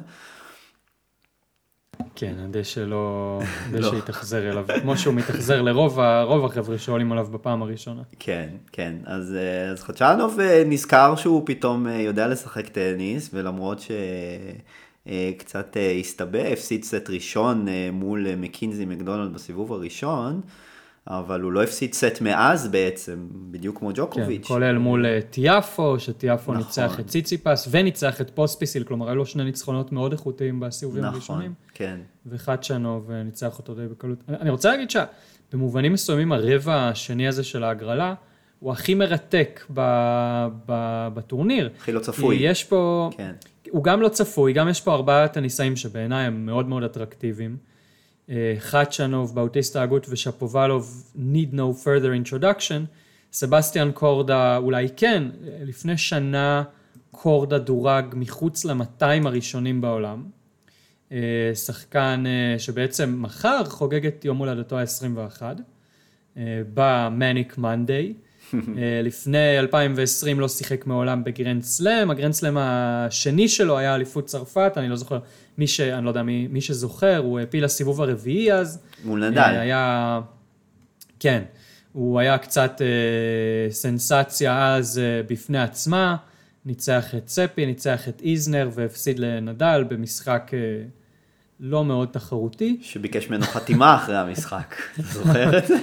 כן, הדשא לא... הדשא יתחזר אליו, כמו שהוא מתחזר לרוב החבר'ה שעולים עליו בפעם הראשונה. כן, כן. אז, אז חצ'אנוב נזכר שהוא פתאום יודע לשחק טניס, ולמרות שקצת הסתבא, הפסיד סט ראשון מול מקינזי מקדונלד בסיבוב הראשון, אבל הוא לא הפסיד סט מאז בעצם, בדיוק כמו ג'וקוביץ'. כן, כולל מול טיאפו, שטיאפו נכון. ניצח את ציציפס, וניצח את פוספיסיל, כלומר, היו לו שני ניצחונות מאוד איכותיים בסיבובים נכון, הראשונים. כן. וחצ'אנוב ניצח אותו די בקלות. אני, אני רוצה להגיד שבמובנים מסוימים, הרבע השני הזה של ההגרלה, הוא הכי מרתק ב, ב, בטורניר. הכי לא צפוי. יש פה, כן. הוא גם לא צפוי, גם יש פה ארבעה טניסאים שבעיניי הם מאוד מאוד אטרקטיביים. חצ'אנוב, באוטיסטה אגוט ושפובלוב need no further introduction. סבסטיאן קורדה אולי כן, לפני שנה קורדה דורג מחוץ ל-מאתיים הראשונים בעולם. שחקן שבעצם מחר חוגג את יום הולדתו ה-עשרים ואחת, במניק מנדיי. לפני אלפיים ועשרים לא שיחק מעולם בגרנד סלאם, הגרנד סלאם השני שלו היה אליפות צרפת, אני לא זוכר, מי ש... אני לא יודע מי, מי שזוכר, הוא הפיל לסיבוב הרביעי אז. מול נדל. היה, כן, הוא היה קצת אה, סנסציה אז אה, בפני עצמה, ניצח את ספי, ניצח את איזנר והפסיד לנדל במשחק אה, לא מאוד תחרותי. שביקש ממנו חתימה אחרי המשחק, זוכר את זה?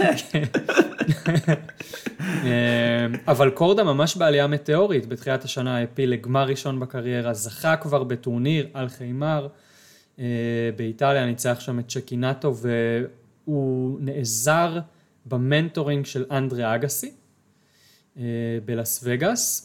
אבל קורדה ממש בעלייה מטאורית, בתחילת השנה הפיל לגמר ראשון בקריירה, זכה כבר בטורניר על חיימר, באיטליה ניצח שם את צ'קינטו, והוא נעזר במנטורינג של אנדרה אגסי, בלס וגאס,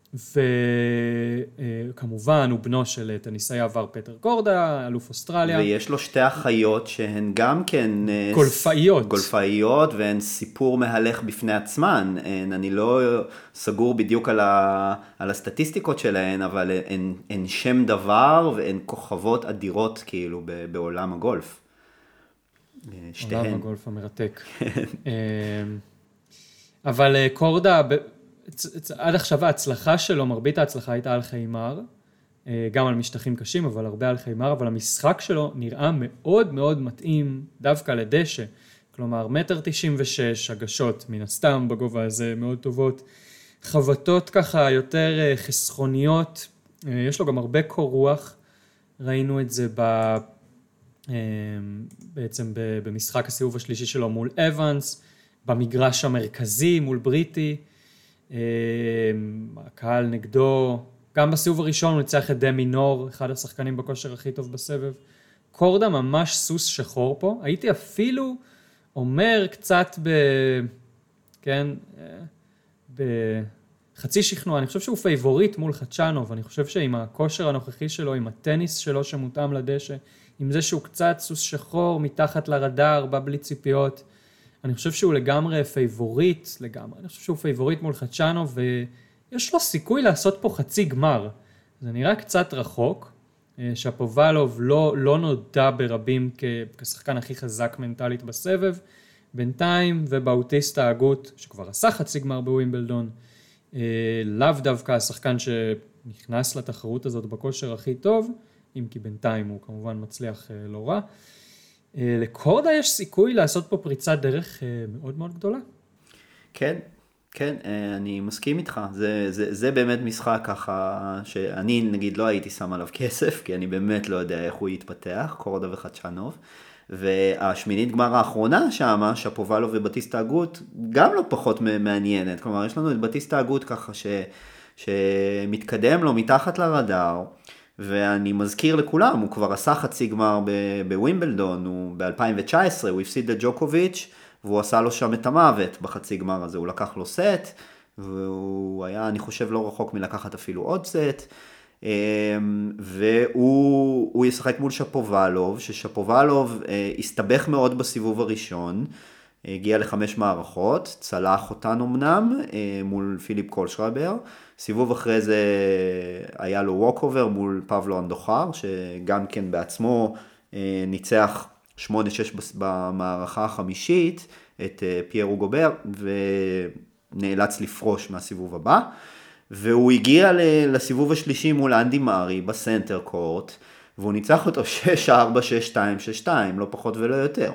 וכמובן הוא בנו של טניסאי עבר פטר קורדה, אלוף אוסטרליה. ויש לו שתי אחיות שהן גם כן... גולפאיות. גולפאיות, והן סיפור מהלך בפני עצמן. אני לא סגור בדיוק על, ה... על הסטטיסטיקות שלהן, אבל הן, הן שם דבר והן כוכבות אדירות כאילו בעולם הגולף. שתיהן. עולם הגולף המרתק. אבל קורדה... עד עכשיו ההצלחה שלו, מרבית ההצלחה הייתה על חיימר, גם על משטחים קשים, אבל הרבה על חיימר, אבל המשחק שלו נראה מאוד מאוד מתאים דווקא לדשא. כלומר, מטר תשעים ושש, הגשות מן הסתם בגובה הזה מאוד טובות, חבטות ככה יותר חסכוניות, יש לו גם הרבה קור רוח, ראינו את זה ב... בעצם במשחק הסיבוב השלישי שלו מול אבנס, במגרש המרכזי מול בריטי, הקהל נגדו, גם בסיבוב הראשון הוא ניצח את דמי נור, אחד השחקנים בכושר הכי טוב בסבב. קורדה ממש סוס שחור פה, הייתי אפילו אומר קצת ב... כן, בחצי שכנוע, אני חושב שהוא פייבוריט מול חצ'אנוב, אני חושב שעם הכושר הנוכחי שלו, עם הטניס שלו שמותאם לדשא, עם זה שהוא קצת סוס שחור מתחת לרדאר, בא בלי ציפיות, אני חושב שהוא לגמרי פייבוריט, לגמרי, אני חושב שהוא פייבוריט מול חצ'אנוב, ויש לו סיכוי לעשות פה חצי גמר. זה נראה קצת רחוק, שפובלוב לא, לא נודע ברבים כשחקן הכי חזק מנטלית בסבב, בינתיים ובאוטיסטה אגוט, שכבר עשה חצי גמר בווימבלדון, לאו דווקא השחקן שנכנס לתחרות הזאת בכושר הכי טוב, אם כי בינתיים הוא כמובן מצליח לא רע, לקורדה יש סיכוי לעשות פה פריצת דרך מאוד מאוד גדולה. כן, כן, אני מסכים איתך. זה, זה, זה באמת משחק ככה, שאני נגיד לא הייתי שם עליו כסף, כי אני באמת לא יודע איך הוא יתפתח, קורדה וחצ'אנוב. והשמינית גמר האחרונה שם, שפובלוב ובטיסטה אגוט, גם לא פחות מעניינת. כלומר, יש לנו את בטיסטה אגוט ככה ש, שמתקדם לו מתחת לרדאר, ואני מזכיר לכולם, הוא כבר עשה חצי גמר בווימבלדון, הוא ב-אלפיים תשע עשרה, הוא הפסיד לג'וקוביץ', והוא עשה לו שם את המוות בחצי גמר הזה, הוא לקח לו סט, והוא היה, אני חושב, לא רחוק מלקחת אפילו עוד סט, והוא ישחק מול שפובלוב, ששפובלוב הסתבך מאוד בסיבוב הראשון, הגיע לחמש מערכות, צלח אותן אמנם, מול פיליפ קולשרייבר, סיבוב אחרי זה היה לו ווקובר מול פבלו אנדוחר, שגם כן בעצמו ניצח שמונה שש במערכה החמישית, את פיירו גובר, נאלץ לפרוש מהסיבוב הבא, והוא הגיע לסיבוב השלישי מול אנדי מארי בסנטר קורט, והוא ניצח אותו שש ארבע, שש שתיים, שש שתיים, לא פחות ולא יותר.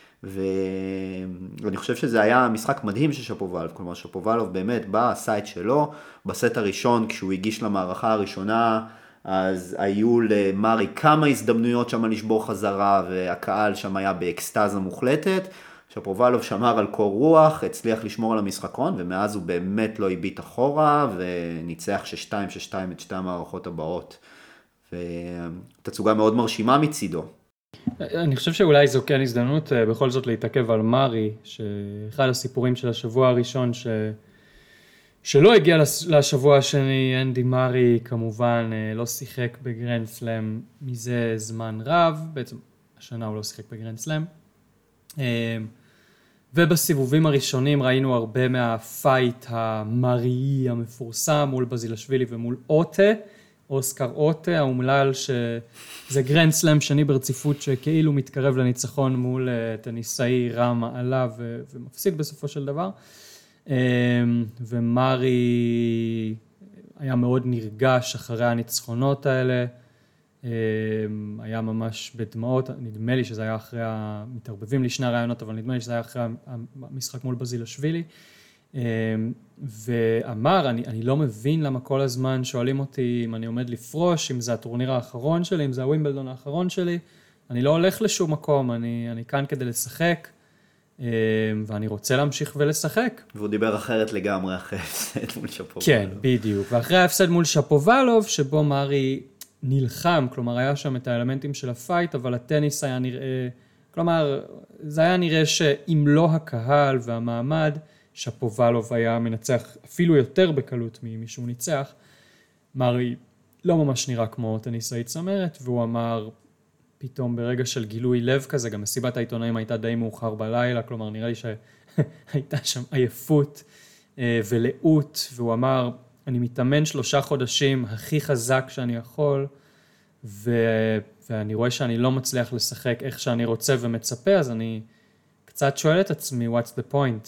ואני חושב שזה היה משחק מדהים של שפובלוב, כלומר שפובלוב באמת בא, עשה את שלו, בסט הראשון כשהוא הגיש למערכה הראשונה, אז היו למרי כמה הזדמנויות שם לשבור חזרה, והקהל שם היה באקסטאזה מוחלטת, שפובלוב שמר על קור רוח, הצליח לשמור על המשחקון, ומאז הוא באמת לא הביט אחורה, וניצח שש שתיים, שש שתיים את שתי המערכות הבאות. ותצוגה מאוד מרשימה מצידו. אני חושב שאולי זו כן הזדמנות בכל זאת להתעכב על מארי, שאחד הסיפורים של השבוע הראשון ש... שלא הגיע לשבוע השני, אנדי מארי כמובן לא שיחק בגרנד סלאם מזה זמן רב, בעצם השנה הוא לא שיחק בגרנד סלאם. ובסיבובים הראשונים ראינו הרבה מהפייט המארי המפורסם מול בזילשווילי ומול אוטה, אוסקר אוטה, האומלל שזה גרנד סלאם שני ברציפות שכאילו מתקרב לניצחון מול טניסאי רם מעלה ו- ומפסיד בסופו של דבר. ומארי היה מאוד נרגש אחרי הניצחונות האלה, היה ממש בדמעות, נדמה לי שזה היה אחרי, מתערבבים לי שני הרעיונות, אבל נדמה לי שזה היה אחרי המשחק מול בזילשווילי. ואמר, אני, אני לא מבין למה כל הזמן שואלים אותי אם אני עומד לפרוש, אם זה הטורניר האחרון שלי, אם זה הווימבלדון האחרון שלי, אני לא הולך לשום מקום, אני, אני כאן כדי לשחק, ואני רוצה להמשיך ולשחק. והוא דיבר אחרת לגמרי אחרי ההפסד מול שפובלוב. כן, בדיוק. ואחרי ההפסד מול שפובלוב, שבו מארי נלחם, כלומר היה שם את האלמנטים של הפייט, אבל הטניס היה נראה, כלומר, זה היה נראה שאם לא הקהל והמעמד, שפובלוב היה מנצח אפילו יותר בקלות משהוא ניצח. מארי לא ממש נראה כמו טניסאי צמרת, והוא אמר פתאום ברגע של גילוי לב כזה, גם מסיבת העיתונאים הייתה די מאוחר בלילה, כלומר נראה לי שהייתה שם עייפות ולאות, והוא אמר, אני מתאמן שלושה חודשים הכי חזק שאני יכול, ו- ואני רואה שאני לא מצליח לשחק איך שאני רוצה ומצפה, אז אני קצת שואל את עצמי, what's the point?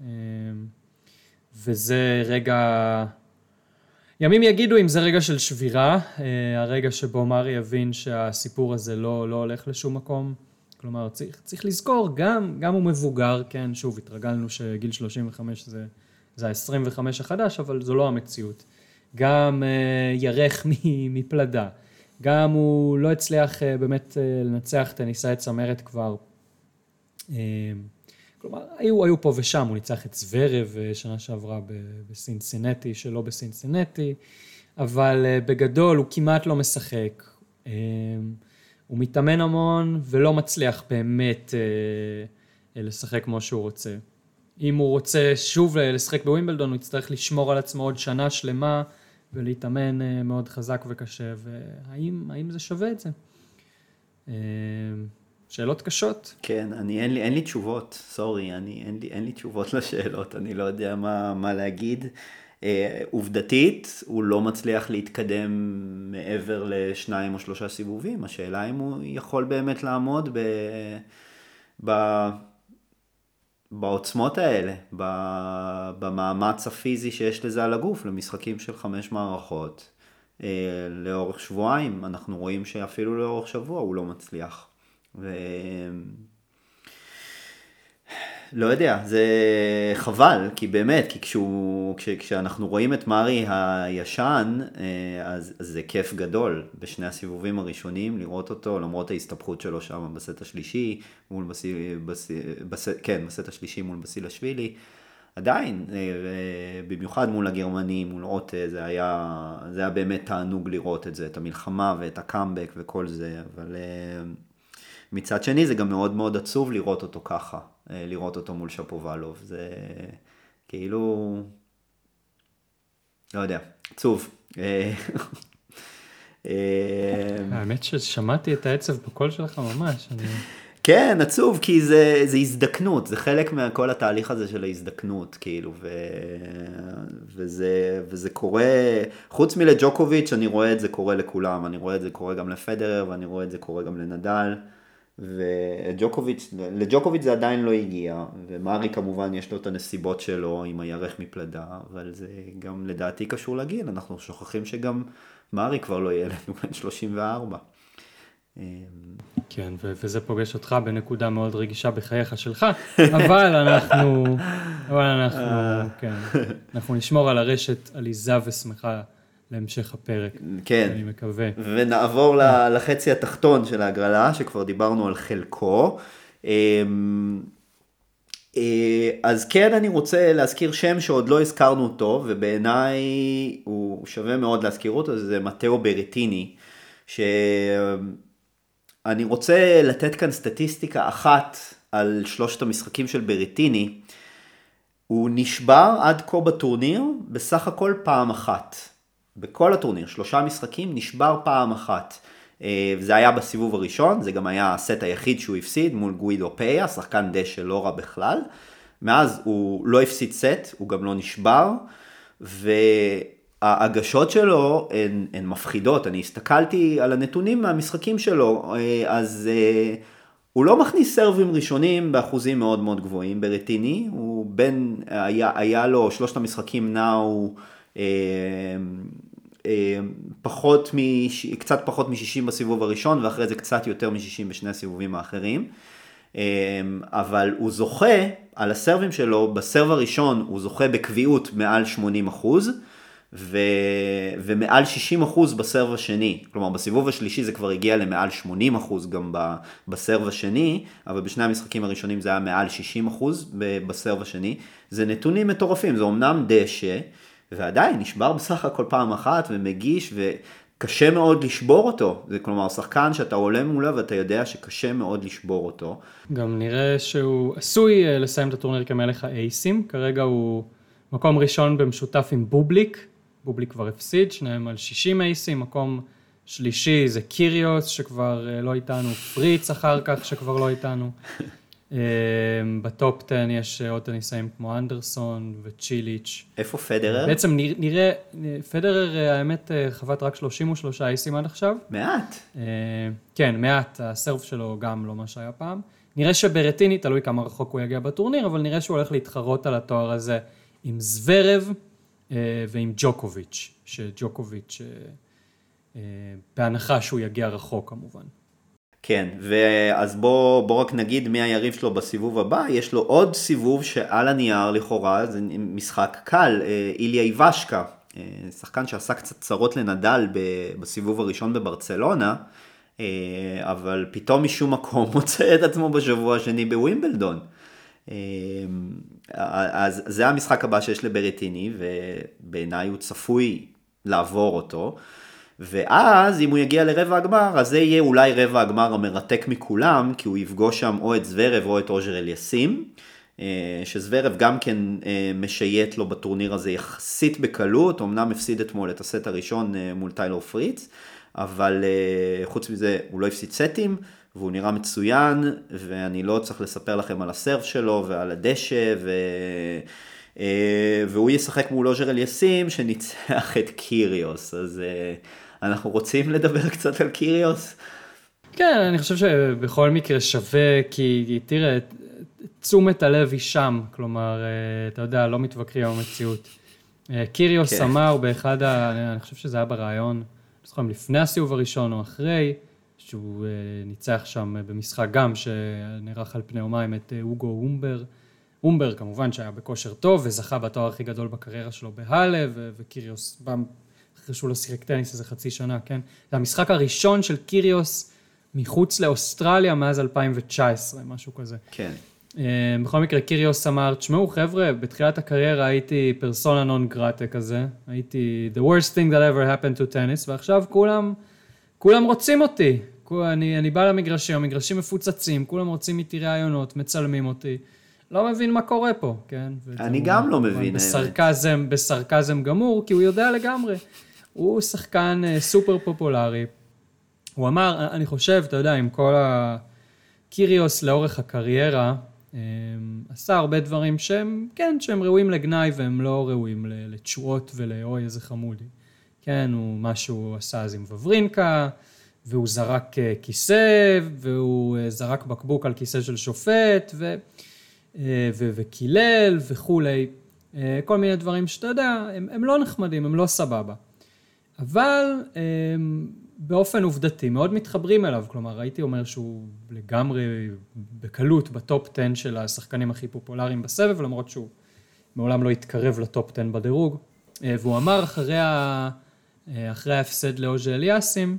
וזה רגע, ימים יגידו אם זה רגע של שבירה, הרגע שבו מארי יבין שהסיפור הזה לא, לא הולך לשום מקום, כלומר צריך, צריך לזכור, גם, גם הוא מבוגר, כן, שוב התרגלנו שגיל שלושים וחמש זה, זה ה-עשרים וחמש החדש, אבל זו לא המציאות, גם ירך מפלדה, גם הוא לא הצליח באמת לנצח טניסאי צמרת כבר, כלומר, היו, היו פה ושם, הוא ניצח את זוורב שנה שעברה בסינסינטי, שלא בסינסינטי, אבל בגדול הוא כמעט לא משחק. הוא מתאמן המון ולא מצליח באמת לשחק כמו שהוא רוצה. אם הוא רוצה שוב לשחק בווימבלדון, הוא יצטרך לשמור על עצמו עוד שנה שלמה ולהתאמן מאוד חזק וקשה, והאם, האם זה שווה את זה? שאלות קשות. כן, אני, אין לי, אין לי תשובות, סורי, אני, אין לי, אין לי תשובות לשאלות, אני לא יודע מה, מה להגיד. אה, עובדתית, הוא לא מצליח להתקדם מעבר לשניים או שלושה סיבובים, השאלה אם הוא יכול באמת לעמוד ב, ב, בעוצמות האלה, ב, במאמץ הפיזי שיש לזה על הגוף, למשחקים של חמש מערכות. אה, לאורך שבועיים, אנחנו רואים שאפילו לאורך שבוע הוא לא מצליח. ו... לא יודע, זה חבל, כי באמת, כי כשהוא, כש, כשאנחנו רואים את מארי הישן, אז, אז זה כיף גדול בשני הסיבובים הראשונים, לראות אותו, למרות ההסתבכות שלו שם בסט השלישי, מול בסי, בסי, בס, כן, בסט השלישי מול בסילשווילי, עדיין, במיוחד מול הגרמנים, מול אוטה, זה היה, זה היה באמת תענוג לראות את זה, את המלחמה ואת הקאמבק וכל זה, אבל... מצד שני זה גם מאוד מאוד עצוב לראות אותו ככה, לראות אותו מול שפובלוב, זה כאילו, לא יודע, עצוב. האמת ששמעתי את העצב בקול שלך ממש. כן, עצוב, כי זה, זה הזדקנות, זה חלק מכל התהליך הזה של ההזדקנות, כאילו, ו, וזה, וזה קורה, חוץ מלג'וקוביץ', אני רואה את זה קורה לכולם, אני רואה את זה קורה גם לפדרר, ואני רואה את זה קורה גם לנדל, וג'וקוביץ', לג'וקוביץ' זה עדיין לא הגיע, ומרי כמובן יש לו את הנסיבות שלו עם הירך מפלדה, אבל זה גם לדעתי קשור לגיל, אנחנו שוכחים שגם מרי כבר לא ילד, הוא בן שלושים וארבע. כן, ו- וזה פוגש אותך בנקודה מאוד רגישה בחייך שלך, אבל אנחנו, אבל אנחנו, כן, אנחנו נשמור על הרשת עליזה ושמחה להמשך הפרק. כן. אני מקווה. ונעבור לחצי התחתון של ההגרלה, שכבר דיברנו על חלקו. אז כן, אני רוצה להזכיר שם שעוד לא הזכרנו אותו, ובעיניי הוא שווה מאוד להזכיר אותו, זה מתאו ברטיני, שאני רוצה לתת כאן סטטיסטיקה אחת על שלושת המשחקים של ברטיני. הוא נשבר עד כה בטורניר בסך הכל פעם אחת. בכל הטורניר, שלושה משחקים, נשבר פעם אחת. זה היה בסיבוב הראשון, זה גם היה הסט היחיד שהוא הפסיד מול גוידו פיה, שחקן דשא לא רע בכלל. מאז הוא לא הפסיד סט, הוא גם לא נשבר, וההגשות שלו הן, הן מפחידות. אני הסתכלתי על הנתונים מהמשחקים שלו, אז הוא לא מכניס סרבים ראשונים באחוזים מאוד מאוד גבוהים ברטיני, הוא בין, היה, היה לו שלושת המשחקים נאו, פחות מש... קצת פחות מ-שישים בסיבוב הראשון, ואחרי זה קצת יותר מ-שישים בשני הסיבובים האחרים. אבל הוא זוכה על הסרבים שלו, בסרב הראשון הוא זוכה בקביעות מעל שמונים אחוז, ו... ומעל שישים אחוז בסרב השני. כלומר, בסיבוב השלישי זה כבר הגיע למעל שמונים אחוז גם בסרב השני, אבל בשני המשחקים הראשונים זה היה מעל שישים אחוז בסרב השני. זה נתונים מטורפים, זה אומנם דשא, ועדיין נשבר בסך הכל פעם אחת ומגיש, וקשה מאוד לשבור אותו. זה כלומר, שחקן שאתה עולה מולה ואתה יודע שקשה מאוד לשבור אותו. גם נראה שהוא עשוי לסיים את הטורניר כמלך האייסים. כרגע הוא מקום ראשון במשותף עם בובליק. בובליק כבר הפסיד, שניהם על שישים אייסים. מקום שלישי זה קיריוס שכבר לא איתנו, פריץ אחר כך שכבר לא איתנו. בטופ עשר יש עוד טניסאים כמו אנדרסון וצ'יליץ'. איפה פדרר? בעצם נראה, פדרר האמת חוות רק שלושים ושלושה אייסים עד עכשיו. מעט. כן, מעט, הסרף שלו גם לא מה שהיה פעם. נראה שברטיני, תלוי כמה רחוק הוא יגיע בטורניר, אבל נראה שהוא הולך להתחרות על התואר הזה עם זוורב ועם ג'וקוביץ', שג'וקוביץ' בהנחה שהוא יגיע רחוק כמובן. כן, ואז בוא, בוא רק נגיד מי היריב שלו בסיבוב הבא. יש לו עוד סיבוב שעל הנייר לכאורה, זה משחק קל, איליה איבשקה, שחקן שעשה קצת צרות לנדל בסיבוב הראשון בברצלונה, אבל פתאום משום מקום מוצא את עצמו בשבוע השני בווימבלדון. אז זה המשחק הבא שיש לברטיני, ובעיניי הוא צפוי לעבור אותו. ואז אם הוא יגיע לרבע הגמר, אז זה יהיה אולי רבע הגמר המרתק מכולם, כי הוא יפגוש שם או את זוורב או את אוז'ר אליאסים, שזוורב גם כן משייט לו בטורניר הזה יחסית בקלות, אמנם הפסיד אתמול את הסט הראשון מול טיילור פריץ, אבל חוץ מזה הוא לא הפסיד סטים, והוא נראה מצוין, ואני לא צריך לספר לכם על הסרף שלו ועל הדשא, ו... והוא ישחק מול אוז'ר אליאסים שניצח את קיריוס. אז אנחנו רוצים לדבר קצת על קיריוס? כן, אני חושב שבכל מקרה שווה, כי תראה, תשומת הלב היא שם, כלומר, אתה יודע, לא מתווכחים עם המציאות. קיריוס אמר באחד, אני חושב שזה היה ברעיון, לפני הסיבוב הראשון או אחרי, שהוא ניצח שם במשחק גם שנערך על פני יומיים את אוגו אומבר, אומבר כמובן שהיה בכושר טוב וזכה בתואר הכי גדול בקריירה שלו בהלה, וקיריוס בא אחרי שהוא לא שיחק טניס איזה חצי שנה, כן? זה המשחק הראשון של קיריוס מחוץ לאוסטרליה מאז אלפיים תשע עשרה, משהו כזה. כן. בכל מקרה, קיריוס אמר, תשמעו חבר'ה, בתחילת הקריירה הייתי פרסונה נון גרטה כזה, הייתי the worst thing that ever happened to tennis, ועכשיו כולם, כולם רוצים אותי. אני, אני בא למגרשים, המגרשים מפוצצים, כולם רוצים איתי רעיונות, מצלמים אותי. לא מבין מה קורה פה, כן? אני גם לא מבין. בסרקזם, בסרקזם גמור, כי הוא יודע לגמרי. הוא שחקן סופר פופולרי. הוא אמר, אני חושב, אתה יודע, עם כל הקיריוס לאורך הקריירה, עשה הרבה דברים שהם, כן, שהם ראויים לגנאי, והם לא ראויים לתשואות ולאוי איזה חמודי. כן, הוא משהו עשה אז עם וברינקה, והוא זרק כיסא, והוא זרק בקבוק על כיסא של שופט, ו, ו, וקילל וכולי. כל מיני דברים שאתה יודע, הם, הם לא נחמדים, הם לא סבבה. אבל הם, באופן עובדתי, מאוד מתחברים אליו. כלומר, הייתי אומר שהוא לגמרי בקלות בטופ עשר של השחקנים הכי פופולריים בסבב, למרות שהוא מעולם לא התקרב לטופ עשר בדירוג. והוא אמר אחרי, ה, אחרי ההפסד לאוז'ה אליאסים,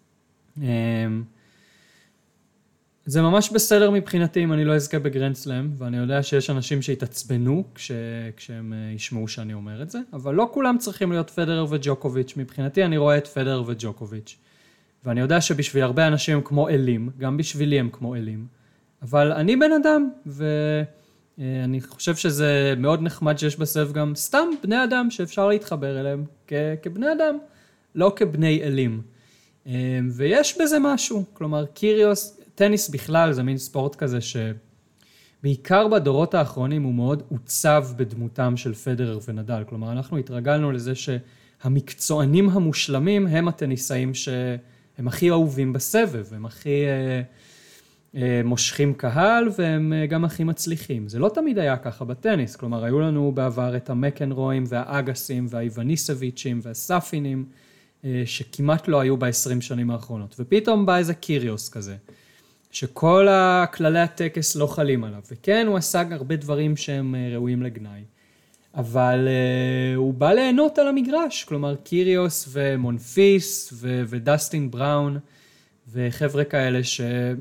זה ממש בסדר מבחינתי אם אני לא אזכה בגרנד סלאם, ואני יודע שיש אנשים שהתעצבנו כש, כשהם ישמעו שאני אומר את זה, אבל לא כולם צריכים להיות פדרר וג'וקוביץ'. מבחינתי אני רואה את פדרר וג'וקוביץ', ואני יודע שבשביל הרבה אנשים הם כמו אלים, גם בשבילי הם כמו אלים, אבל אני בן אדם, ואני חושב שזה מאוד נחמד שיש בסבב גם סתם בני אדם שאפשר להתחבר אליהם כ, כבני אדם, לא כבני אלים. ויש בזה משהו, כלומר קיריוס, טניס בכלל זה מין ספורט כזה שבעיקר בדורות האחרונים הוא מאוד עוצב בדמותם של פדרר ונדל, כלומר אנחנו התרגלנו לזה שהמקצוענים המושלמים הם הטניסאים שהם הכי אהובים בסבב, הם הכי אה, אה, מושכים קהל והם גם הכי מצליחים. זה לא תמיד היה ככה בטניס, כלומר היו לנו בעבר את המקנרויים והאגסים והאיווניסביצ'ים והספינים, שכמעט לא היו ב-עשרים שנים האחרונות, ופתאום בא איזה קיריוס כזה, שכל הכללי הטקס לא חלים עליו, וכן הוא עשה הרבה דברים שהם ראויים לגנאי, אבל uh, הוא בא ליהנות על המגרש, כלומר קיריוס ומונפיס ו- ודסטין בראון, וחבר'ה כאלה ש...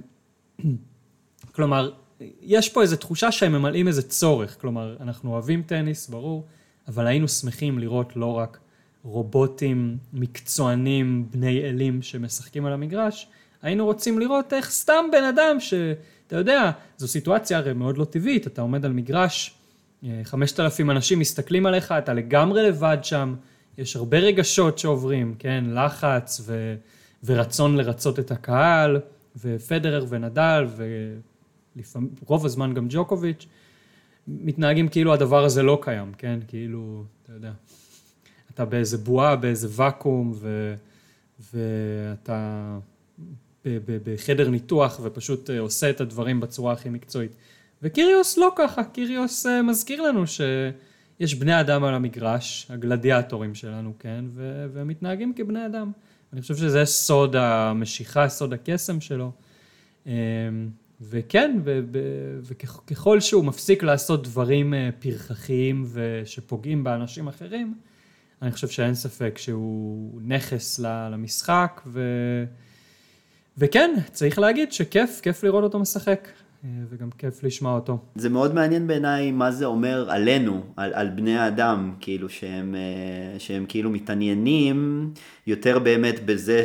כלומר, יש פה איזו תחושה שהם ממלאים איזה צורך, כלומר, אנחנו אוהבים טניס, ברור, אבל היינו שמחים לראות לא רק רובוטים מקצוענים, בני אלים שמשחקים על המגרש, היינו רוצים לראות איך סתם בן אדם שאתה יודע, זו סיטואציה הרי מאוד לא טבעית, אתה עומד על מגרש, חמשת אלפים אנשים מסתכלים עליך, אתה לגמרי לבד שם, יש הרבה רגשות שעוברים, כן, לחץ ו... ורצון לרצות את הקהל, ופדרר ונדל, ורוב הזמן גם ג'וקוביץ', מתנהגים כאילו הדבר הזה לא קיים, כן, כאילו, אתה יודע, אתה באיזה בועה, באיזה וקום, ו... ואתה ב... ב... בחדר ניתוח, ופשוט עושה את הדברים בצורה הכי מקצועית. וקיריוס לא ככה, קיריוס מזכיר לנו שיש בני אדם על המגרש, הגלדיאטורים שלנו, כן, ו... והם מתנהגים כבני אדם. אני חושב שזה סוד המשיכה, סוד הקסם שלו. וכן, ו... ו... וככל שהוא מפסיק לעשות דברים פרחחיים ושפוגעים באנשים אחרים, אני חושב שאין ספק שהוא נכס למשחק, ו... וכן, צריך להגיד שכיף, כיף לראות אותו משחק, וגם כיף לשמוע אותו. זה מאוד מעניין בעיניי מה זה אומר עלינו, על, על בני האדם, כאילו שהם, שהם כאילו מתעניינים יותר באמת בזה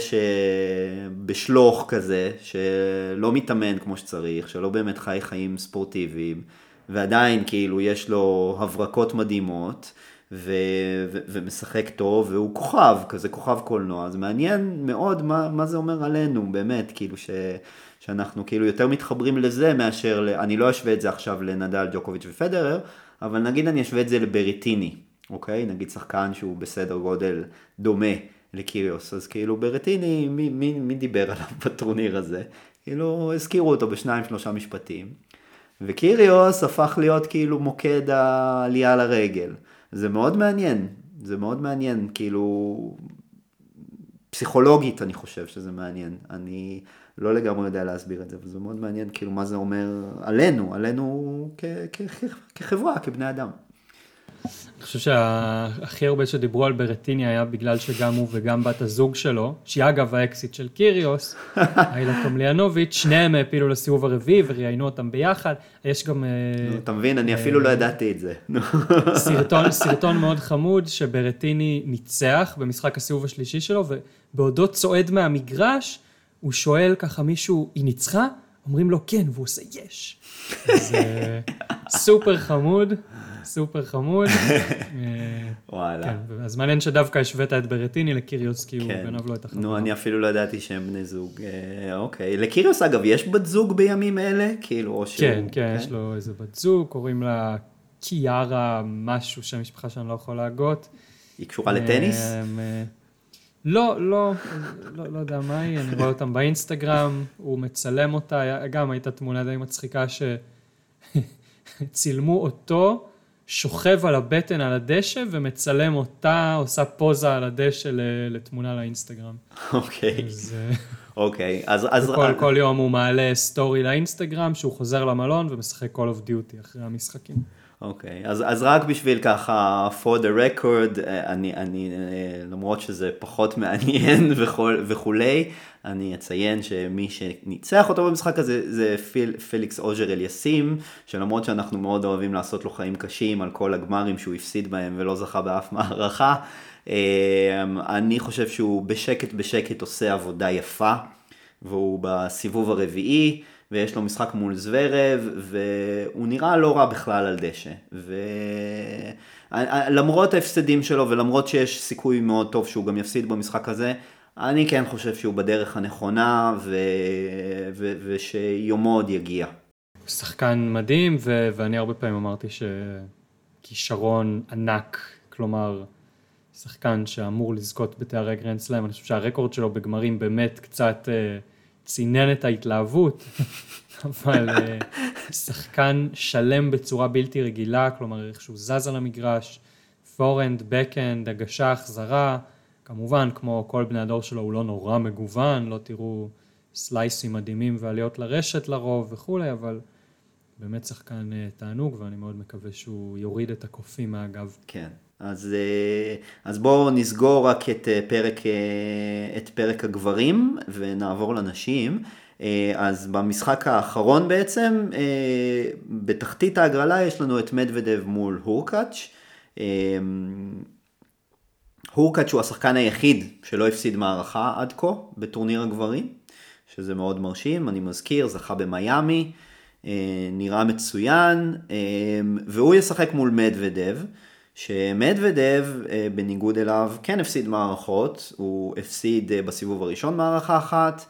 שבשלוח כזה, שלא מתאמן כמו שצריך, שלא באמת חי חיים ספורטיביים, ועדיין כאילו יש לו הברקות מדהימות, ו- ו- ומשחק טוב, והוא כוכב, כזה כוכב קולנוע, אז מעניין מאוד מה, מה זה אומר עלינו, באמת, כאילו ש... שאנחנו כאילו יותר מתחברים לזה מאשר, אני לא אשווה את זה עכשיו לנדל, ג'וקוביץ' ופדרר, אבל נגיד אני אשווה את זה לברטיני, אוקיי? נגיד שחקן שהוא בסדר גודל דומה לקיריוס, אז כאילו ברטיני, מי, מי, מי דיבר עליו בטורניר הזה? כאילו הזכירו אותו בשניים שלושה משפטים, וקיריוס הפך להיות כאילו מוקד העלייה לרגל. זה מאוד מעניין, זה מאוד מעניין, כאילו פסיכולוגית אני חושב שזה מעניין, אני לא לגמרי יודע להסביר את זה, וזה מאוד מעניין כאילו מה זה אומר עלינו, עלינו כ- כ- כחברה, כבני אדם. אני חושב שהכי הרבה שדיברו על ברטיני היה בגלל שגם הוא וגם בת הזוג שלו, שהיא אגב האקסיט של קיריוס, אילה קומליאנוביץ', שניהם הפילו לסיבוב הרביעי וראיינו אותם ביחד. יש גם... אתה מבין, אני אפילו לא ידעתי את זה. סרטון, סרטון מאוד חמוד שברטיני ניצח במשחק הסיבוב השלישי שלו, ובעודו צועד מהמגרש, הוא שואל ככה מישהו, היא ניצחה? אומרים לו כן, והוא עושה יש. אז סופר חמוד. סופר חמוד. וואלה. כן, אז מעניין שדווקא השווית את ברטיני לקיריוס, כי הוא גנב לו את החברה. נו, אני אפילו לא ידעתי שהם בני זוג. אוקיי. לקיריוס, אגב, יש בת זוג בימים אלה? כאילו, או שהוא... כן, כן, יש לו איזה בת זוג, קוראים לה קיארה, משהו שהמשפחה שאני לא יכול להגות. היא קשורה לטניס? לא, לא, לא, לא יודע מה היא, אני רואה אותם באינסטגרם, הוא מצלם אותה, גם הייתה תמונה די מצחיקה שצילמו אותו, שוכב על הבטן על הדשא ומצלם אותה, עושה פוזה על הדשא לתמונה לאינסטגרם. אוקיי. אז... אוקיי, אז... אז... כל, כל יום הוא מעלה סטורי לאינסטגרם, שהוא חוזר למלון ומשחק Call of Duty אחרי המשחקים. אוקיי, אז, אז רק בשביל ככה, for the record, אני, אני, למרות שזה פחות מעניין וכול, וכולי, אני אציין שמי שניצח אותו במשחק הזה, זה פיל, פליקס אוג'ר אליאסים, שלמרות שאנחנו מאוד אוהבים לעשות לו חיים קשים על כל הגמרים שהוא הפסיד בהם ולא זכה באף מערכה, אני חושב שהוא בשקט בשקט עושה עבודה יפה, והוא בסיבוב הרביעי, ויש לו משחק מול זוורב, והוא נראה לא רע בכלל על דשא. ולמרות ההפסדים שלו, ולמרות שיש סיכוי מאוד טוב שהוא גם יפסיד במשחק הזה, אני כן חושב שהוא בדרך הנכונה, ו... ו... ושיומו עוד יגיע. הוא שחקן מדהים, ו... ואני הרבה פעמים אמרתי שכישרון ענק, כלומר, שחקן שאמור לזכות בתארי גרנד סלאם, אני חושב שהרקורד שלו בגמרים באמת קצת... צינן את ההתלהבות, אבל שחקן שלם בצורה בלתי רגילה, כלומר איך שהוא זז על המגרש, פורנד, בקאנד, הגשה, החזרה, כמובן כמו כל בני הדור שלו הוא לא נורא מגוון, לא תראו סלייסים מדהימים ועליות לרשת לרוב וכולי, אבל באמת שחקן תענוג ואני מאוד מקווה שהוא יוריד את הקופים מהגב. כן. אז, אז בואו נסגור רק את פרק, את פרק הגברים ונעבור לנשים. אז במשחק האחרון בעצם, בתחתית ההגרלה יש לנו את מדוודב מול הורקאץ'. הורקאץ' הוא השחקן היחיד שלא הפסיד מערכה עד כה בטורניר הגברים, שזה מאוד מרשים. אני מזכיר, זכה במיימי, נראה מצוין, והוא ישחק מול מדוודב. שמדוודב בניגוד אליו כן הפסיד מערכות, הוא הפסיד בסיבוב הראשון מערכה אחת,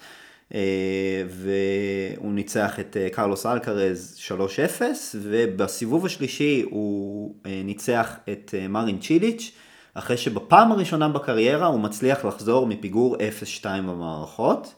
והוא ניצח את קרלוס אלקרז שלוש אפס, ובסיבוב השלישי הוא ניצח את מרין צ'יליץ', אחרי שבפעם הראשונה בקריירה הוא מצליח לחזור מפיגור אפס שתיים במערכות.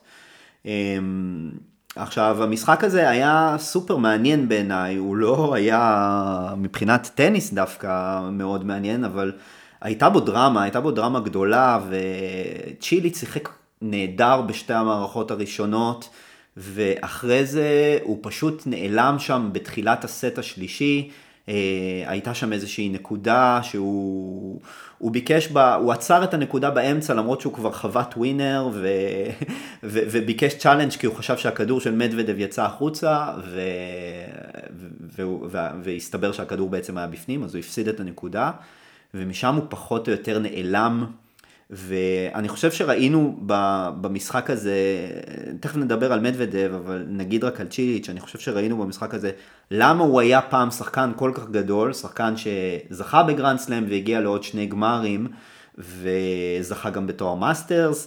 עכשיו, המשחק הזה היה סופר מעניין בעיניי, הוא לא היה מבחינת טניס דווקא מאוד מעניין, אבל הייתה בו דרמה, הייתה בו דרמה גדולה, וצ'יליץ' שיחק נהדר בשתי המערכות הראשונות, ואחרי זה הוא פשוט נעלם שם בתחילת הסט השלישי, הייתה שם איזושהי נקודה שהוא הוא ביקש בה, הוא עצר את הנקודה באמצע למרות שהוא כבר חוות ווינר ו, ו, וביקש צ'אלנג' כי הוא חשב שהכדור של מדוודב יצא החוצה ו, ו, ו, והסתבר שהכדור בעצם היה בפנים, אז הוא הפסיד את הנקודה ומשם הוא פחות או יותר נעלם. ואני חושב שראינו במשחק הזה, תכף נדבר על מדוודב, אבל נגיד רק על צ'יליץ', אני חושב שראינו במשחק הזה, למה הוא היה פעם שחקן כל כך גדול, שחקן שזכה בגרנד סלאם והגיע לעוד שני גמרים, וזכה גם בתואר מאסטרס,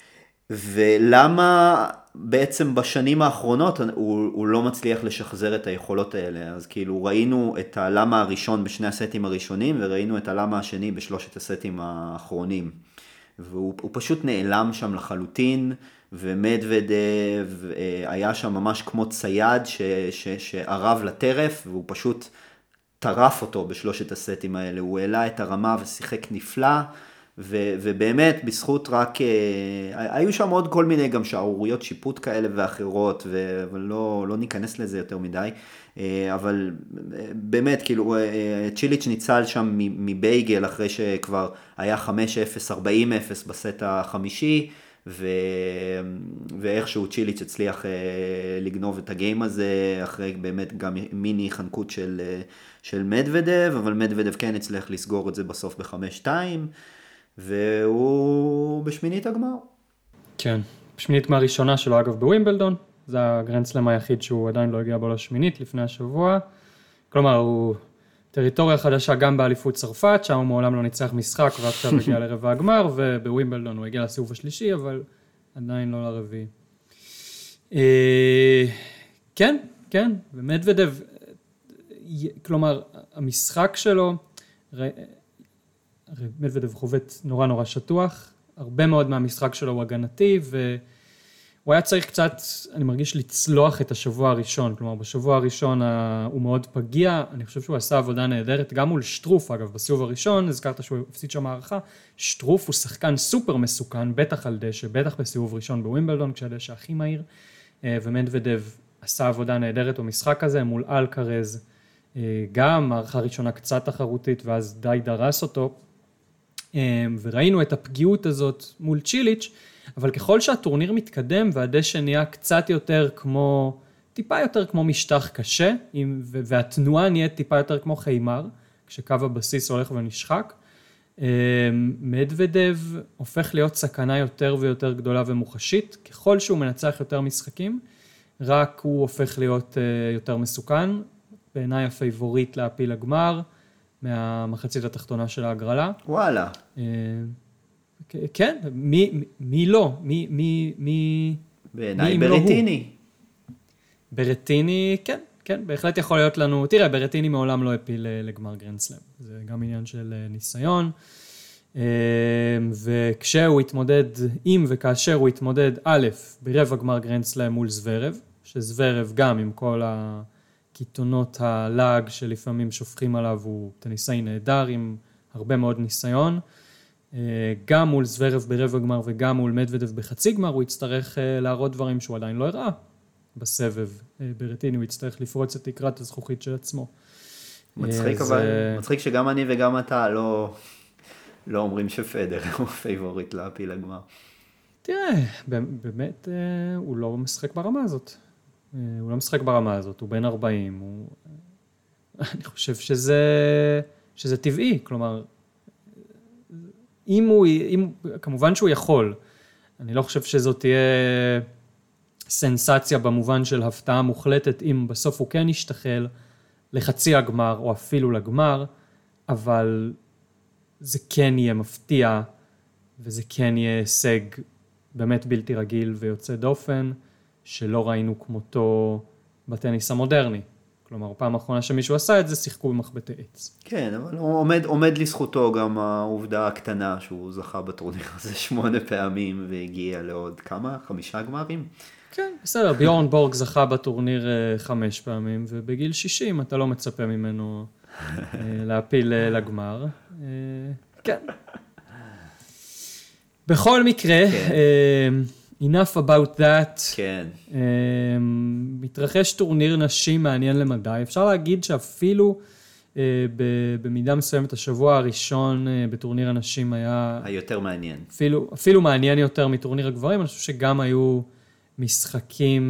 ולמה בעצם בשנים האחרונות הוא, הוא לא מצליח לשחזר את היכולות האלה. אז כאילו ראינו את הלמה הראשון בשני הסטים הראשונים, וראינו את הלמה השני בשלושת הסטים האחרונים. והוא פשוט נעלם שם לחלוטין, ומדוודב היה שם ממש כמו צייד ש, ש, שערב לטרף, והוא פשוט טרף אותו בשלושת הסטים האלה. הוא העלה את הרמה ושיחק נפלא, ו, ובאמת בזכות רק, היו שם עוד כל מיני גם שערוריות שיפוט כאלה ואחרות, אבל לא, לא ניכנס לזה יותר מדי. אבל באמת, כאילו, צ'יליץ' ניצל שם מבייגל אחרי שכבר היה חמש אפס, ארבעים אפס בסט החמישי, ו... ואיכשהו צ'יליץ' הצליח לגנוב את הגיים הזה, אחרי באמת גם מיני חנקות של, של מדוודב, אבל מדוודב כן הצליח לסגור את זה בסוף ב-חמש שתיים, והוא בשמינית הגמר. כן, בשמינית גמר ראשונה שלו אגב בווימבלדון, זה הגרנד סלאם היחיד שהוא עדיין לא הגיע בו לשמינית לפני השבוע. כלומר, הוא טריטוריה חדשה גם באליפות צרפת, שם הוא מעולם לא ניצח משחק, ועכשיו הגיע לרבע הגמר, ובווימבלדון הוא הגיע לסיבוב השלישי, אבל עדיין לא לרביעי. כן, כן, ומדוודב, כלומר, המשחק שלו, מדוודב חובט נורא נורא שטוח, הרבה מאוד מהמשחק שלו הוא הגנתי, והוא היה צריך קצת, אני מרגיש, לצלוח את השבוע הראשון, כלומר, בשבוע הראשון הוא מאוד פגיע, אני חושב שהוא עשה עבודה נהדרת, גם מול שטרוף, אגב, בסיבוב הראשון, הזכרת שהוא הפסיד שם הערכה, שטרוף הוא שחקן סופר מסוכן, בטח על דשא, בטח בסיבוב ראשון בווימבלדון, כשהדשא הכי מהיר, ומדוודב עשה עבודה נהדרת במשחק הזה, מול אלקרז, גם הערכה ראשונה קצת תחרותית, ואז די דרס אותו, וראינו את הפגיעות הזאת מול צ'יליץ', אבל ככל שהטורניר מתקדם, והדשא נהיה קצת יותר כמו, טיפה יותר כמו משטח קשה, והתנועה נהיית טיפה יותר כמו חיימר, כשקו הבסיס הולך ונשחק, מדוודב הופך להיות סכנה יותר ויותר גדולה ומוחשית, ככל שהוא מנצח יותר משחקים, רק הוא הופך להיות יותר מסוכן, בעיניי הפייבוריט להפיל הגמר, מהמחצית התחתונה של ההגרלה. וואלה. כן, מי, מי לא? מי, מי, מי... בעיניי ברטיני. ברטיני, כן, כן, בהחלט יכול להיות לנו, תראה, ברטיני מעולם לא הפיל לגמר גרנד סלאם, זה גם עניין של ניסיון, וכשהוא התמודד, אם וכאשר הוא התמודד, א', ברבע גמר גרנד סלאם מול זוורב, שזוורב גם עם כל הקיתונות הלאג שלפעמים שופכים עליו, הוא טניסאי נהדר עם הרבה מאוד ניסיון, גם מול זוורב ברבע גמר וגם מול מדוודב בחצי גמר, הוא יצטרך להראות דברים שהוא עדיין לא הראה בסבב. ברטיני הוא יצטרך לפרוץ את תקרת הזכוכית של עצמו. מצחיק אבל, מצחיק שגם אני וגם אתה לא, לא אומרים שפדר הוא פייבוריט להפיל הגמר. תראה, באמת הוא לא משחק ברמה הזאת. הוא לא משחק ברמה הזאת, הוא בן ארבעים. הוא... אני חושב שזה, שזה טבעי, כלומר, אם הוא, אם, כמובן שהוא יכול, אני לא חושב שזאת תהיה סנסציה במובן של הפתעה מוחלטת, אם בסוף הוא כן ישתחל לחצי הגמר או אפילו לגמר, אבל זה כן יהיה מפתיע, וזה כן יהיה הישג באמת בלתי רגיל ויוצא דופן, שלא ראינו כמותו בטניס המודרני. כלומר, פעם האחרונה שמישהו עשה את זה, שיחקו במחבטי עץ. כן, אבל עומד, עומד לזכותו גם העובדה הקטנה שהוא זכה בטורניר הזה שמונה פעמים והגיע לעוד כמה? חמישה גמרים? כן, בסדר. ביורן בורג זכה בטורניר חמש פעמים, ובגיל שישים אתה לא מצפה ממנו להפיל לגמר. כן. בכל מקרה, enough about that. כן. מתרחש טורניר נשים מעניין למדי. אפשר להגיד שאפילו במידה מסוימת השבוע הראשון בטורניר הנשים היה... היותר מעניין. אפילו, אפילו מעניין יותר מטורניר הגברים. אני חושב שגם היו משחקים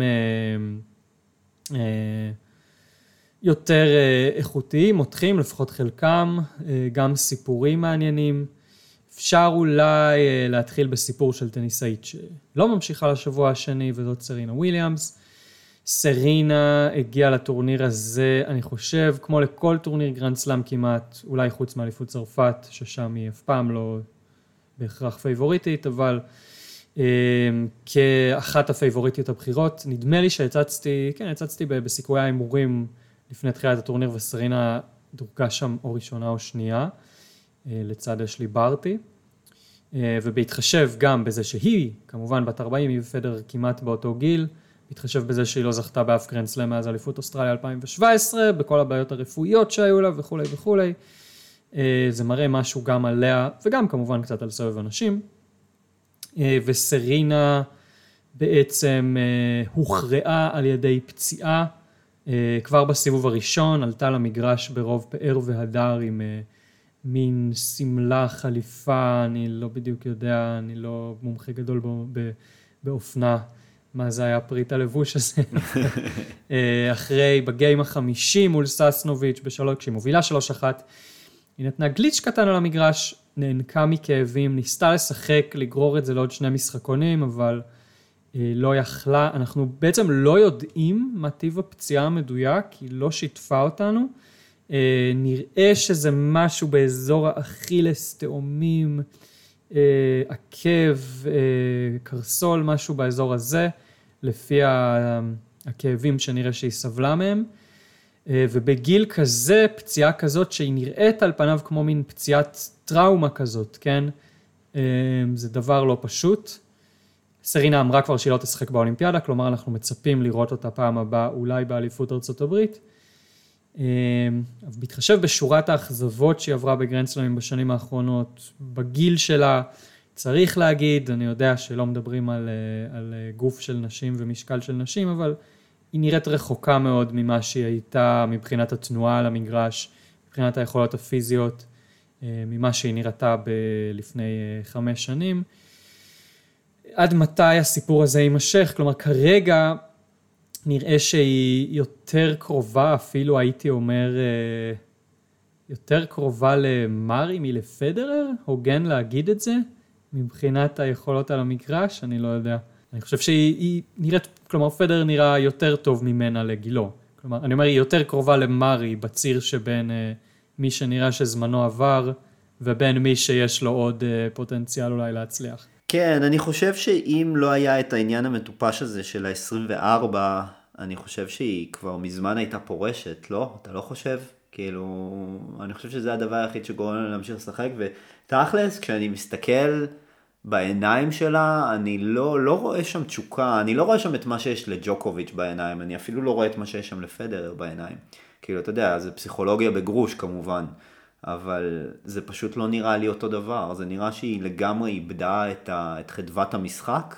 יותר איכותיים, מותחים, לפחות חלקם, גם סיפורים מעניינים. אפשר אולי להתחיל בסיפור של טניסאית שלא ממשיכה לשבוע השני, וזאת סרינה וויליאמס. סרינה הגיעה לטורניר הזה, אני חושב, כמו לכל טורניר גרנד סלאם כמעט, אולי חוץ מאליפות צרפת, ששם היא אף פעם לא בהכרח פייבוריטית, אבל כאחת הפייבוריטיות הבחירות, נדמה לי שהצצתי, כן, הצצתי בסיכויי ההימורים לפני תחילת הטורניר, וסרינה דורגה שם או ראשונה או שנייה, לצד אשלי ברטי, ובהתחשב גם בזה שהיא, כמובן בת ארבעים, היא ופדר כמעט באותו גיל, בהתחשב בזה שהיא לא זכתה באף גרנד סלאם מאז אליפות אוסטרליה אלפיים שבע עשרה, בכל הבעיות הרפואיות שהיו לה וכו' וכו'. זה מראה משהו גם עליה, וגם כמובן קצת על סבב אנשים. וסרינה בעצם הוכרעה על ידי פציעה, כבר בסיבוב הראשון, עלתה למגרש ברוב פאר והדר עם מין סמלה, חליפה, אני לא בדיוק יודע, אני לא מומחה גדול באופנה, מה זה היה פריט הלבוש הזה. אחרי, בגיים החמישי מול ססנוביץ' בשלוש, כשהיא מובילה שלוש אחת, היא נתנה גליץ' קטן על המגרש, נענקה מכאבים, ניסתה לשחק, לגרור את זה לעוד שני משחקונים, אבל לא יכלה. אנחנו בעצם לא יודעים מה טיב הפציעה המדויק, היא לא שיתפה אותנו. נראה שזה משהו באזור האכילס, תאומים, עקב, קרסול, משהו באזור הזה, לפי הכאבים שנראה שהיא סבלה מהם. ובגיל כזה, פציעה כזאת שהיא נראית על פניו כמו מין פציעת טראומה כזאת, כן? זה דבר לא פשוט. סרינה אמרה כבר שהיא לא תשחק באולימפיאדה, כלומר אנחנו מצפים לראות אותה פעם הבאה, אולי באליפות ארצות הברית. בהתחשב בשורת האכזבות שהיא עברה בגרנדסלמים בשנים האחרונות, בגיל שלה, צריך להגיד, אני יודע שלא מדברים על, על גוף של נשים ומשקל של נשים, אבל היא נראית רחוקה מאוד ממה שהיא הייתה מבחינת התנועה על המגרש, מבחינת היכולות הפיזיות, ממה שהיא נראתה לפני חמש שנים. עד מתי הסיפור הזה יימשך? כלומר, כרגע נראה שהיא יותר קרובה, אפילו הייתי אומר, יותר קרובה למרי מלפדרר, הוגן להגיד את זה, מבחינת היכולות על המגרש, אני לא יודע. אני חושב שהיא נראית, כלומר, פדרר נראה יותר טוב ממנה לגילו. כלומר, אני אומר, היא יותר קרובה למרי בציר שבין מי שנראה שזמנו עבר, ובין מי שיש לו עוד פוטנציאל אולי להצליח. כן, אני חושב שאם לא היה את העניין המטופש הזה של ה-עשרים וארבע, אני חושב שהיא כבר מזמן הייתה פורשת, לא? אתה לא חושב? כאילו, אני חושב שזה הדבר היחיד שגורם לה להמשיך לשחק, ותכלס, כשאני מסתכל בעיניים שלה, אני לא, לא רואה שם תשוקה, אני לא רואה שם את מה שיש לג'וקוביץ' בעיניים, אני אפילו לא רואה את מה שיש שם לפדרר בעיניים. כאילו, אתה יודע, זה פסיכולוגיה בגרוש כמובן, אבל זה פשוט לא נראה לי אותו דבר, זה נראה שהיא לגמרי איבדה את, ה, את חדוות המשחק,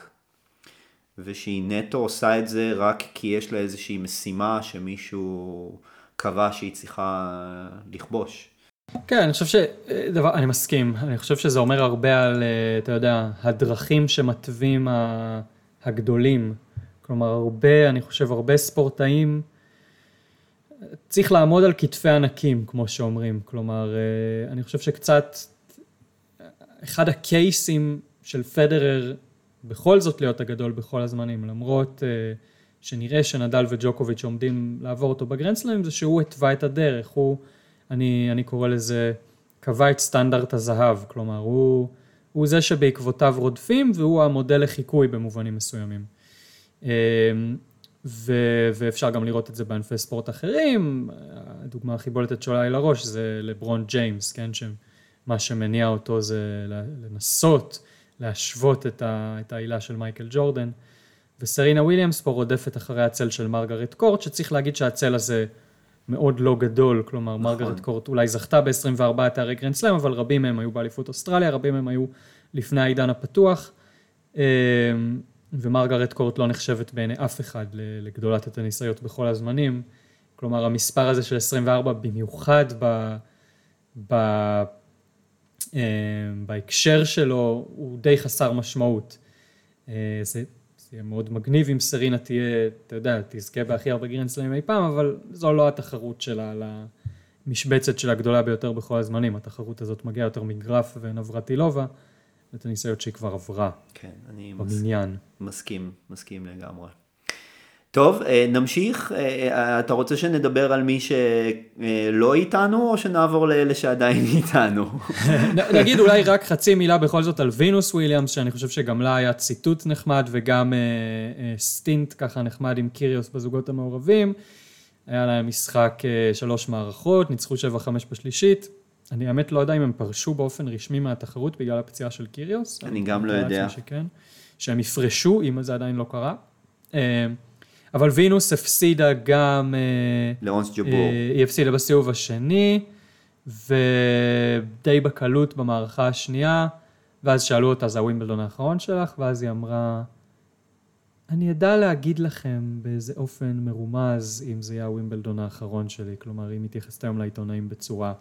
ושהיא נטו עושה את זה רק כי יש לה איזושהי משימה שמישהו קבע שהיא צריכה לכבוש. כן, אני חושב ש... דבר, אני מסכים, אני חושב שזה אומר הרבה על, אתה יודע, הדרכים שמטבים הגדולים. כלומר, הרבה, אני חושב, הרבה ספורטאים צריך לעמוד על כתפי ענקים, כמו שאומרים. כלומר, אני חושב שקצת, אחד הקייסים של פדרר, בכל זאת להיות הגדול בכל הזמנים, למרות שנראה שנדל וג'וקוביץ' עומדים לעבור אותו בגרנדסלמים, זה שהוא התווה את הדרך, הוא, אני, אני קורא לזה, קבע את סטנדרט הזהב, כלומר, הוא, הוא זה שבעקבותיו רודפים, והוא המודל לחיקוי במובנים מסוימים. ו, ואפשר גם לראות את זה בענפי ספורט אחרים, הדוגמה הכי בולטת שעולה לי לראש, זה לברון ג'יימס, כן, שמה שמניע אותו זה לנסות, להשוות את, ה, את העילה של מייקל ג'ורדן, וסרינה וויליאמס פה רודפת אחרי הצל של מרגרט קורט, שצריך להגיד שהצל הזה מאוד לא גדול, כלומר נכון. מרגרט קורט אולי זכתה ב-עשרים וארבע תארי גרנד סלאם, אבל רבים מהם היו באליפות אוסטרליה, רבים מהם היו לפני העידן הפתוח, ומרגרט קורט לא נחשבת בעיני אף אחד לגדולת הטניסאיות בכל הזמנים, כלומר המספר הזה של עשרים וארבע במיוחד ב... ב בהקשר שלו הוא די חסר משמעות. זה, זה יהיה מאוד מגניב אם סרינה תהיה, אתה יודע, תזכה בהכי הרבה גרנד סלאמים אי פעם, אבל זו לא התחרות שלה על המשבצת של הגדולה ביותר בכל הזמנים. התחרות הזאת מגיעה יותר מגרף ונברטילובה, לטניסאיות שהיא כבר עברה. כן, אני במניין. מסכים, מסכים לגמרי. טוב, נמשיך. אתה רוצה שנדבר על מי שלא איתנו, או שנעבור לאלה שעדיין איתנו? נגיד אולי רק חצי מילה בכל זאת על וינוס וויליאמס, שאני חושב שגם לה היה ציטוט נחמד, וגם סטינט ככה נחמד עם קיריוס בזוגות המעורבים. היה להם משחק שלוש מערכות, ניצחו שבע חמש בשלישית. אני האמת לא יודע אם הם פרשו באופן רשמי מהתחרות, בגלל הפציעה של קיריוס. אני גם לא יודע. שכן, שהם יפרשו, אם זה עדיין לא קרה. אבל וינוס הפסידה גם... לאונס ג'בור. היא הפסידה בסיבוב השני, ודי בקלות במערכה השנייה, ואז שאלו אותה, זה הווימבלדון האחרון שלך, ואז היא אמרה, אני ידע להגיד לכם באיזה אופן מרומז, אם זה יהיה הווימבלדון האחרון שלי, כלומר, היא מתייחסת היום לעיתונאים בצורה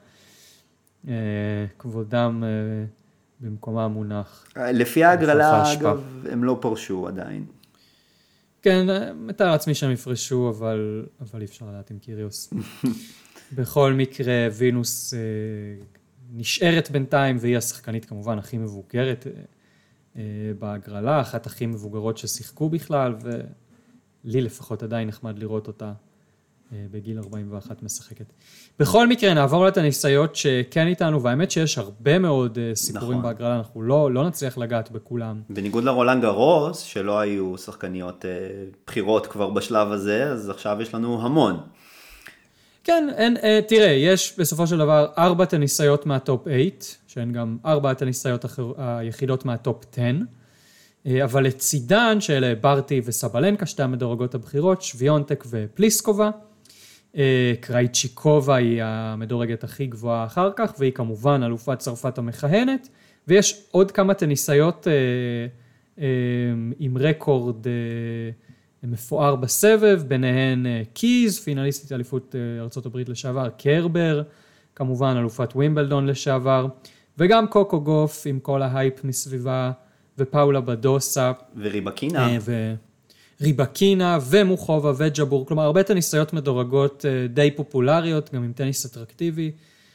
כבודם במקומה מונח. לפי ההגרלה, אגב, הם לא פרשו עדיין. כן, מתאר לעצמי שהם יפרשו, אבל, אבל אי אפשר לדעת עם קיריוס. בכל מקרה, וינוס אה, נשארת בינתיים, והיא השחקנית כמובן הכי מבוגרת אה, בהגרלה, אחת הכי מבוגרות ששיחקו בכלל, ולי לפחות עדיין נחמד לראות אותה אה, בגיל ארבעים ואחת משחקת. בכל מקרה, נעבור לטניסאיות שכן איתנו, והאמת שיש הרבה מאוד אה, סיפורים נכון. בהגרלה, אנחנו לא, לא נצליח לגעת בכולם. בניגוד לרולנד גארוס, שלא היו שחקניות אה, בחירות כבר בשלב הזה, אז עכשיו יש לנו המון. כן, אין, אה, תראה, יש בסופו של דבר ארבע טניסאיות מהטופ שמונה, שהן גם ארבע הטניסאיות היחידות מהטופ עשר, אה, אבל לצידן, שאלה ברטי וסבלנקה, שתי המדורגות הבכירות, שוויונטק ופליסקובה, אה, קרייצ'יקובה היא המדורגת הכי גבוהה אחר כך, והיא כמובן אלופת צרפת המכהנת, ויש עוד כמה טניסאיות אה, אה, עם רקורד אה, מפואר בסבב, ביניהן קיז, פינליסטית אליפות ארצות הברית לשעבר, קרבר, כמובן אלופת ווימבלדון לשעבר, וגם קוקו גוף עם כל ההייפ מסביבה, ופאולה בדוסה. וריבקינה. וריבקינה, ומוחובה וג'בור, כלומר הרבה טניסאיות מדורגות די פופולריות, גם עם טניס אטרקטיבי.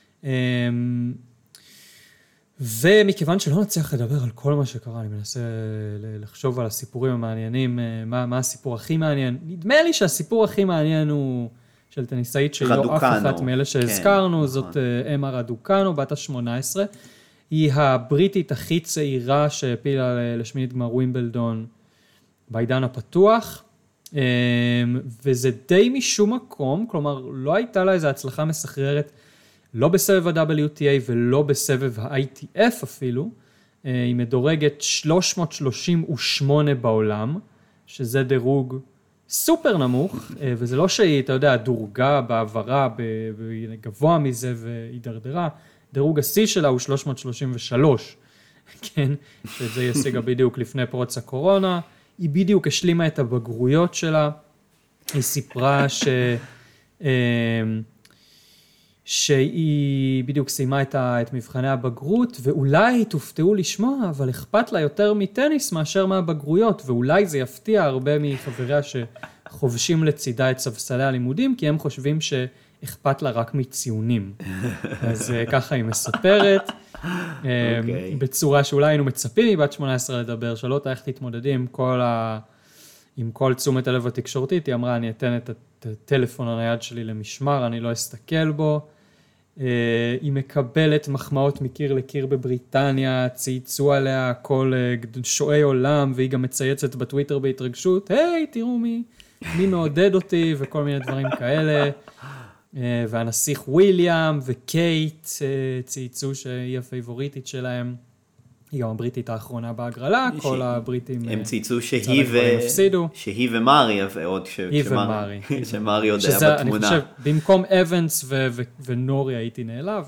ומכיוון שלא נצליח לדבר על כל מה שקרה, אני מנסה לחשוב על הסיפורים המעניינים, מה, מה הסיפור הכי מעניין. נדמה לי שהסיפור הכי מעניין הוא של טניסאית שהיא לא אף אחת מאלה שהזכרנו, כן, זאת נכון. אמה רדוקנו, בת ה-שמונה עשרה. היא הבריטית הכי צעירה שהפילה לשמינית גמר ווימבלדון בעידן הפתוח, וזה די משום מקום, כלומר לא הייתה לה איזו הצלחה מסחררת, לא בסבב ה-דאבליו טי איי ולא בסבב ה-איי טי אף אפילו, היא מדורגת שלוש מאות שלושים ושמונה בעולם, שזה דירוג סופר נמוך, וזה לא שהיא, אתה יודע, דורגה בעברה, גבוה מזה והידרדרה, דירוג ה-C שלה הוא שלוש מאות שלושים ושלוש, כן, שזה ישיגה בדיוק לפני פרוץ הקורונה, היא בדיוק השלימה את הבגרויות שלה, היא סיפרה ש... שהיא בדיוק סיימה את, ה, את מבחני הבגרות, ואולי תופתעו לשמוע, אבל אכפת לה יותר מטניס מאשר מהבגרויות, ואולי זה יפתיע הרבה מחבריה שחובשים לצידה את ספסלי הלימודים, כי הם חושבים שאכפת לה רק מציונים. אז ככה היא מספרת, okay. בצורה שאולי היינו מצפים מבת שמונה עשרה לדבר, שלא איך תתמודדים עם כל, ה, עם כל תשומת הלב התקשורתית, היא אמרה, אני אתן את הטלפון הנייד שלי למשמר, אני לא אסתכל בו, היא מקבלת מחמאות מקיר לקיר בבריטניה, צייצו עליה כל שועי עולם, והיא גם מצייצת בטוויטר בהתרגשות, היי, תראו מי, מי מעודד אותי, וכל מיני דברים כאלה, והנסיך וויליאם וקייט צייצו שהיא הפייבוריטית שלהם, היא גם הבריטית האחרונה בהגרלה, כל הבריטים... הם צייצו שהיא ומרי, עוד שמרי עוד היה בתמונה. אני חושב, במקום אבנס ונורי הייתי נעלב,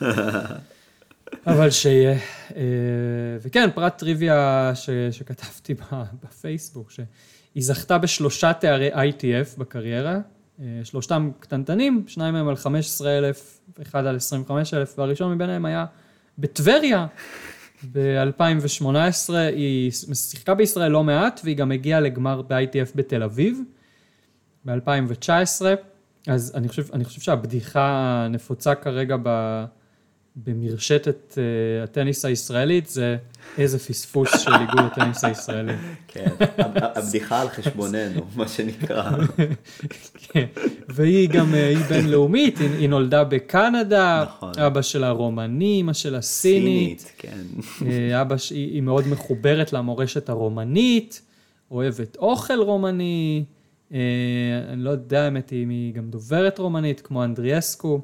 אבל שיהיה. וכן, פרט טריוויה שכתבתי בפייסבוק, שהיא זכתה בשלושה תארי איי טי אף בקריירה, שלושתם קטנטנים, שניים מהם על חמישה עשר אלף, אחד על עשרים וחמישה אלף, והראשון מביניהם היה בטבריה, ב-אלפיים שמונה עשרה, היא שיחקה בישראל לא מעט, והיא גם הגיעה לגמר ב-איי טי אף בתל אביב, ב-אלפיים תשע עשרה, אז אני חושב, אני חושב שהבדיחה הנפוצה כרגע ב, במרשתת uh, הטניס הישראלית, זה איזה פספוס של איגוד הטניס הישראלי. כן, הבדיחה על חשבוננו, מה שנקרא. כן, והיא גם, היא בינלאומית, היא, היא נולדה בקנדה, נכון. אבא שלה רומני, אמא שלה סינית. סינית, כן. אבא, היא, היא מאוד מחוברת למורשת הרומנית, אוהבת אוכל רומני, אני לא יודע, האמת, היא גם דוברת רומנית, כמו אנדריאסקו,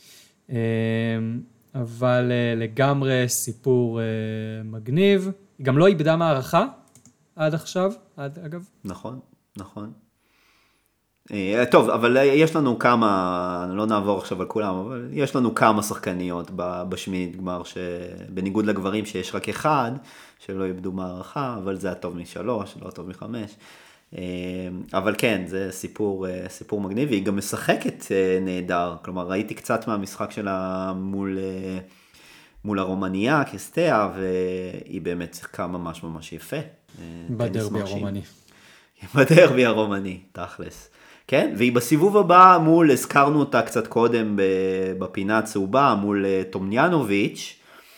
אבל לגמרי סיפור מגניב. היא גם לא איבדה מערכה עד עכשיו, עד אגב. נכון, נכון. טוב, אבל יש לנו כמה, לא נעבור עכשיו על כולם, אבל יש לנו כמה שחקניות בשמינית גמר, שבניגוד לגברים שיש רק אחד, שלא איבדו מערכה, אבל זה הטוב משלוש, לא הטוב מחמש. אבל כן, זה סיפור, סיפור מגניב, והיא גם משחקת נהדר, כלומר ראיתי קצת מהמשחק שלה מול, מול הרומניה, קריסטיה, והיא באמת שיחקה ממש ממש יפה. בדרבי הרומני. בדרבי הרומני, תכלס. כן, והיא בסיבוב הבא מול, הזכרנו אותה קצת קודם בפינה הצהובה, מול טומניאנוביץ',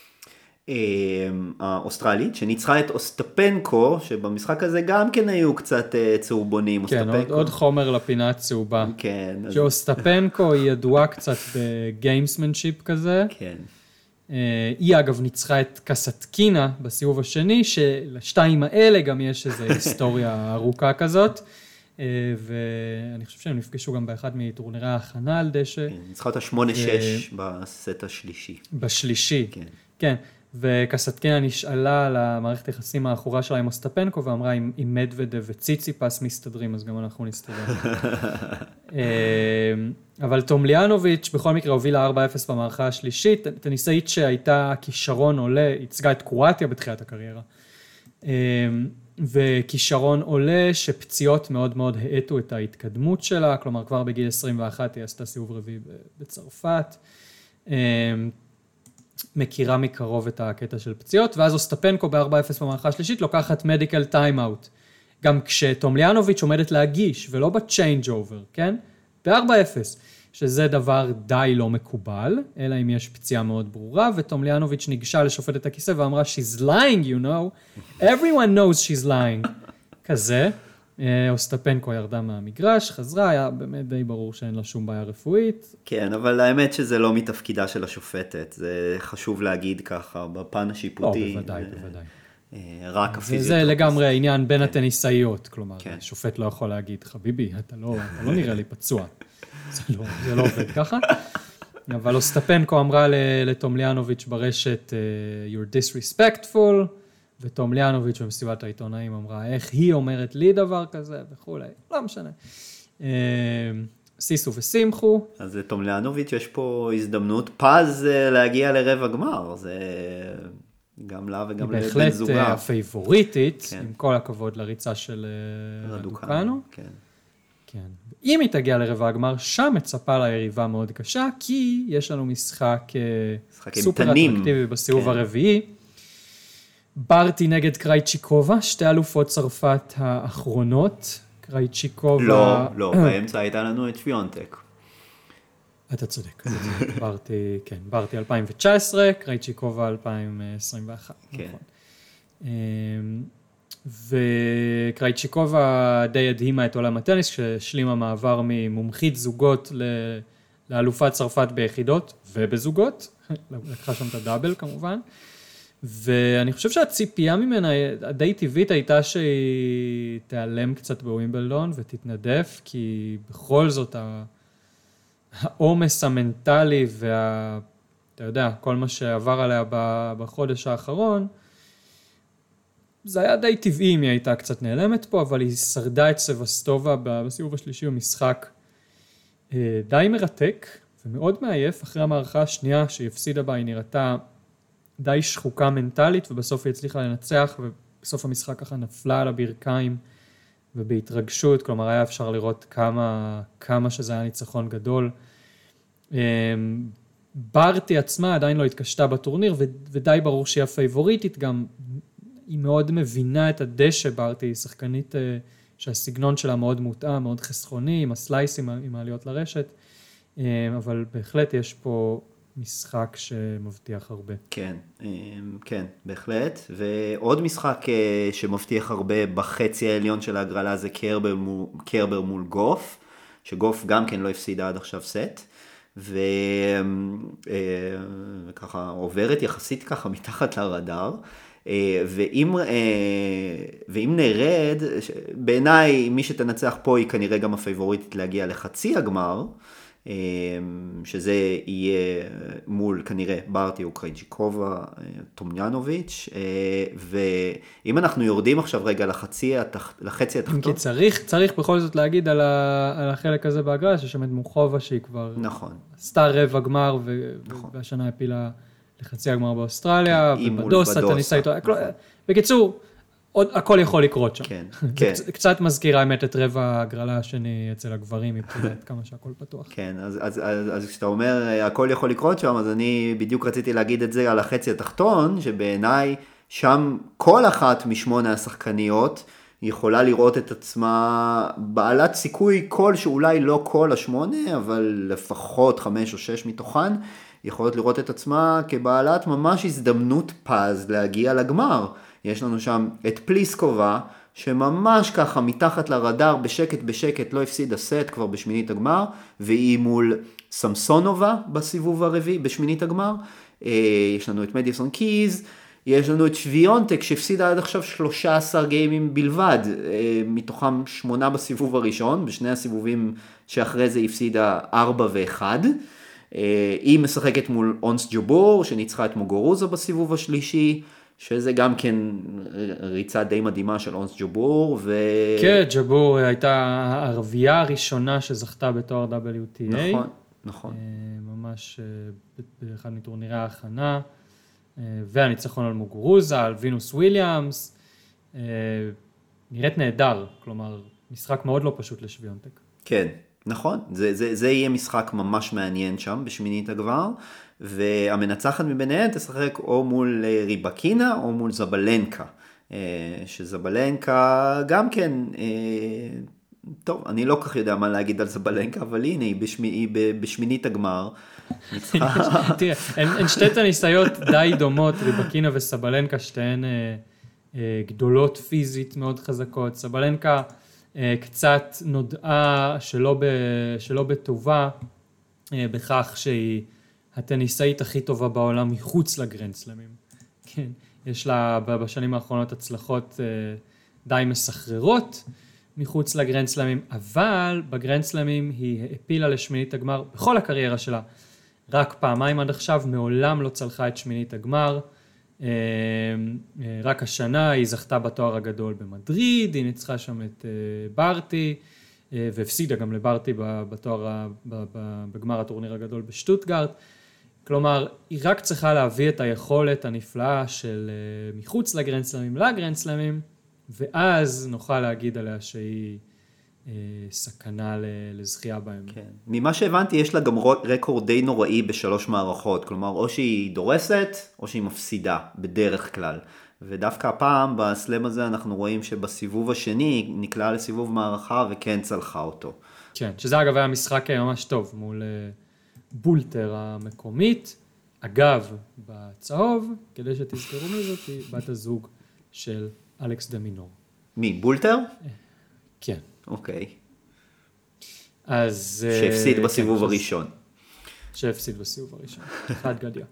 האוסטרלית, שניצחה את אוסטפנקו, שבמשחק הזה גם כן היו קצת צהובונים. כן, עוד, עוד חומר לפינה הצהובה. כן. שאוסטפנקו היא ידועה קצת בגיימסמנשיפ כזה. כן. היא אגב ניצחה את קסטקינה בסיבוב השני, שלשתיים האלה גם יש איזו היסטוריה ארוכה כזאת. ואני חושב שהם נפגשו גם באחד מטורנירי ההכנה על דשא. ניצחה אותה שמונה שש בסט השלישי. בשלישי, כן. כן. וקסטקינה נשאלה על המערכת היחסים האחורה שלה עם אוסטפנקו, ואמרה, אם מדוודב וציציפס מסתדרים, אז גם אנחנו נסתדר. אבל טומליאנוביץ' בכל מקרה הובילה ארבע אפס במערכה השלישית, טניסאית שהייתה כישרון עולה, ייצגה את קרואטיה בתחילת הקריירה. וכישרון עולה שפציעות מאוד מאוד האטו את ההתקדמות שלה, כלומר כבר בגיל עשרים ואחת היא עשתה סיבוב רביעי בצרפת, מכירה מקרוב את הקטע של פציעות, ואז אוסטפנקו ב-ארבע אפס במערכה השלישית לוקחת מדיקל טיים-אאוט, גם כשטומליאנוביץ' עומדת להגיש, ולא בצ'יינג' אובר, כן? ב-ארבע אפס, שזה דבר די לא מקובל, אלא אם יש פציעה מאוד ברורה, וטומליאנוביץ' ניגשה לשופטת הכיסא ואמרה, she's lying, you know, everyone knows she's lying, כזה. אוסטפנקו ירדה מהמגרש, חזרה, היה באמת די ברור שאין לה שום בעיה רפואית. כן, אבל האמת שזה לא מתפקידה של השופטת, זה חשוב להגיד ככה, בפן השיפוטי. או, בוודאי, בוודאי. רק הפיזיות. זה לגמרי עניין בין הטניסאיות, כלומר, שופט לא יכול להגיד, חביבי, אתה לא נראה לי פצוע. זה לא עובד ככה. אבל אוסטפנקו אמרה לטומליאנוביץ' ברשת, you're disrespectful, וטומליאנוביץ' במסיבת העיתונאים אמרה, איך היא אומרת לי דבר כזה וכו', לא משנה. סיסו וסימחו. אז טומליאנוביץ' יש פה הזדמנות פז להגיע לרבע גמר, זה גם לה וגם לבן זוגה. בהחלט הפייבוריטית, עם כל הכבוד לריצה של רדוקנו. כן. כן. אם היא תגיע לרבע הגמר, שם מצפה לה יריבה מאוד קשה, כי יש לנו משחק סופר אטרקטיבי בסיבוב הרביעי. ברטי נגד קרייצ'יקובה, שתי אלופות צרפת האחרונות. קרייצ'יקובה... לא, לא, באמצע הייתה לנו את פיונטק. אתה צודק. ברטי, כן, ברטי אלפיים תשע עשרה, קרייצ'יקובה אלפיים עשרים ואחת. כן. נכון. וקרייצ'יקובה די הדהימה את עולם הטניס, כשהשלימה מעבר ממומחית זוגות לאלופת צרפת ביחידות ובזוגות, לקחה שם את הדאבל כמובן, ואני חושב שהציפייה ממנה די טבעית הייתה שהיא תיעלם קצת בווימבלדון ותתנדף, כי בכל זאת העומס המנטלי וה... אתה יודע, כל מה שעבר עליה בחודש האחרון, זה היה די טבעי אם היא הייתה קצת נעלמת פה, אבל היא שרדה את סבסטובה בסיבוב השלישי במשחק די מרתק ומאוד מעייף. אחרי המערכה השנייה שהיא הפסידה בה, היא נראתה די שחוקה מנטלית, ובסוף היא הצליחה לנצח, ובסוף המשחק ככה נפלה על הברכיים ובהתרגשות, כלומר היה אפשר לראות כמה, כמה שזה היה ניצחון גדול. ברטי עצמה עדיין לא התקשתה בטורניר, ודי ברור שהיא הפייבוריטית, גם היא מאוד מבינה את הדשא. ברטי היא שחקנית שהסגנון שלה מאוד מותאם, מאוד חסכוני, עם הסלייסים, עם העליות לרשת, אבל בהחלט יש פה משחק שמבטיח הרבה. כן, כן, בהחלט. ועוד משחק שמבטיח הרבה בחצי העליון של ההגרלה זה קרבר מול, קרבר מול גוף, שגוף גם כן לא הפסידה עד עכשיו סט, וככה עוברת יחסית ככה מתחת לרדאר. ואם, ואם נרד, בעיניי מי שתנצח פה היא כנראה גם הפייבוריטית להגיע לחצי הגמר, שזה יהיה מול כנראה ברטי או קרייצ'יקובה, טומליאנוביץ', ואם אנחנו יורדים עכשיו רגע לחצי, לחצי התחתון. כי צריך, צריך בכל זאת להגיד על, ה, על החלק הזה בהגרלה, ששם את מוחובה שהיא כבר נכון. עשתה רבע גמר, ו, נכון. והשנה הפילה לחצי הגמר באוסטרליה, כן, ובדוסה, טניסה איתו. נכון. בקיצור, עוד, הכל יכול לקרות שם. כן, כן. קצת מזכירה האמת את רבע ההגרלה השני אצל הגברים, מבחינת כמה שהכל פתוח. כן, אז, אז, אז, אז כשאתה אומר הכל יכול לקרות שם, אז אני בדיוק רציתי להגיד את זה על החצי התחתון, שבעיניי שם כל אחת משמונה השחקניות יכולה לראות את עצמה בעלת סיכוי כל שאולי לא כל השמונה, אבל לפחות חמש או שש מתוכן, יכולות לראות את עצמה כבעלת ממש הזדמנות פז להגיע לגמר. יש לנו שם את פליסקובה, שממש ככה מתחת לרדאר בשקט בשקט לא הפסידה סט כבר בשמינית הגמר, והיא מול סמסונובה בסיבוב הרביעי בשמינית הגמר. יש לנו את מדיסון קיז, יש לנו את שוויונטק שהפסידה עד עכשיו שלושה עשר גיימים בלבד, מתוכם שמונה בסיבוב הראשון, בשני הסיבובים שאחרי זה הפסידה ארבע ואחד. היא משחקת מול אונס ג'ובור שניצחה את מוגורוזה בסיבוב השלישי, שזה גם כן ריצה די מדהימה של אונס ג'ובור. ו... כן, ג'ובור הייתה הערבייה הראשונה שזכתה בתואר דאבליו טי איי. נכון, נכון. ממש באחד מטורנירי ההכנה. והניצחון על מוגורוזה, על וינוס וויליאמס. נראית נהדר, כלומר, משחק מאוד לא פשוט לשוויונטק. כן, נכון. זה, זה, זה יהיה משחק ממש מעניין שם בשמינית הגבר. והמנצחת מביניהן תשחק או מול ריבקינה או מול זבלנקה, שזבלנקה גם כן, טוב, אני לא כך יודע מה להגיד על זבלנקה, אבל הנה, היא, בשמי, היא בשמינית הגמר. תראה, הן שתי טניסאיות די דומות, ריבקינה וסבלנקה, שתיהן גדולות פיזית מאוד חזקות. סבלנקה קצת נודעה שלא בטובה, בכך שהיא הטניסאית הכי טובה בעולם מחוץ לגרנדסלמים. כן, יש לה בשנים האחרונות הצלחות די מסחררות מחוץ לגרנדסלמים, אבל בגרנדסלמים היא העפילה לשמינית הגמר בכל הקריירה שלה. רק פעמיים עד עכשיו, מעולם לא צלחה את שמינית הגמר. רק השנה היא זכתה בתואר הגדול במדריד, היא ניצחה שם את ברטי, והפסידה גם לברטי בתואר, בגמר הטורניר הגדול בשטוטגרט. כלומר, היא רק צריכה להביא את היכולת הנפלאה של מחוץ לגרנדסלמים לגרנדסלמים, ואז נוכל להגיד עליה שהיא סכנה לזכייה בהם. כן. ממה שהבנתי, יש לה גם רקורד די נוראי בשלוש מערכות, כלומר, או שהיא דורסת, או שהיא מפסידה, בדרך כלל. ודווקא הפעם, בסלם הזה, אנחנו רואים שבסיבוב השני, נקלעה לסיבוב מערכה, וכן צלחה אותו. כן, שזה אגב היה משחק ממש טוב, מול בולטר המקומית. אגב, בצהוב, כדי שתזכרו מי זאת, היא בת הזוג של אלכס דמינור. מי, בולטר? כן. אוקיי. אז... שהפסיד בסיבוב הראשון. שהפסיד בסיבוב הראשון. אחד גדיה.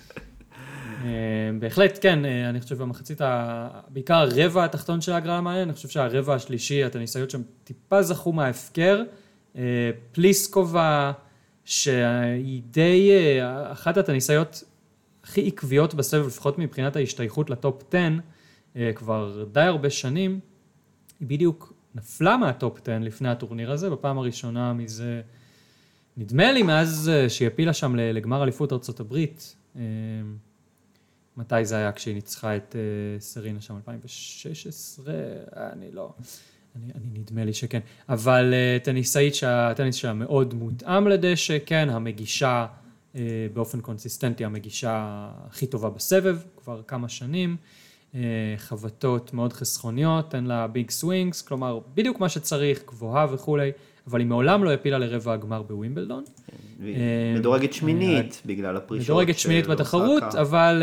בהחלט, כן, אני חושב במחצית, בעיקר הרבע התחתון של ההגרלה מעניין, אני חושב שהרבע השלישי, הטניסאיות שם טיפה זכו מההפקר. פליסקובה, שהיא די אחת הטניסאיות הכי עקביות בסבב, לפחות מבחינת ההשתייכות לטופ עשר, כבר די הרבה שנים, היא בדיוק נפלה מהטופ עשר לפני הטורניר הזה, בפעם הראשונה מזה, נדמה לי מאז שהיא הפילה שם לגמר אליפות ארצות הברית, מתי זה היה כשהיא ניצחה את סרינה שם, אלפיים ושש עשרה, אני לא, אני, אני נדמה לי שכן, אבל טניסאית שהטניס שלה מאוד מותאם לדשא, כן, המגישה באופן קונסיסטנטי, המגישה הכי טובה בסבב, כבר כמה שנים, חבטות מאוד חסכוניות, אין לה ביג סווינגס, כלומר, בדיוק מה שצריך, גבוהה וכולי, אבל היא מעולם לא הפילה לרבע הגמר בווימבלדון. מדורגת שמינית, בגלל הפרישות. מדורגת שמינית בתחרות, אבל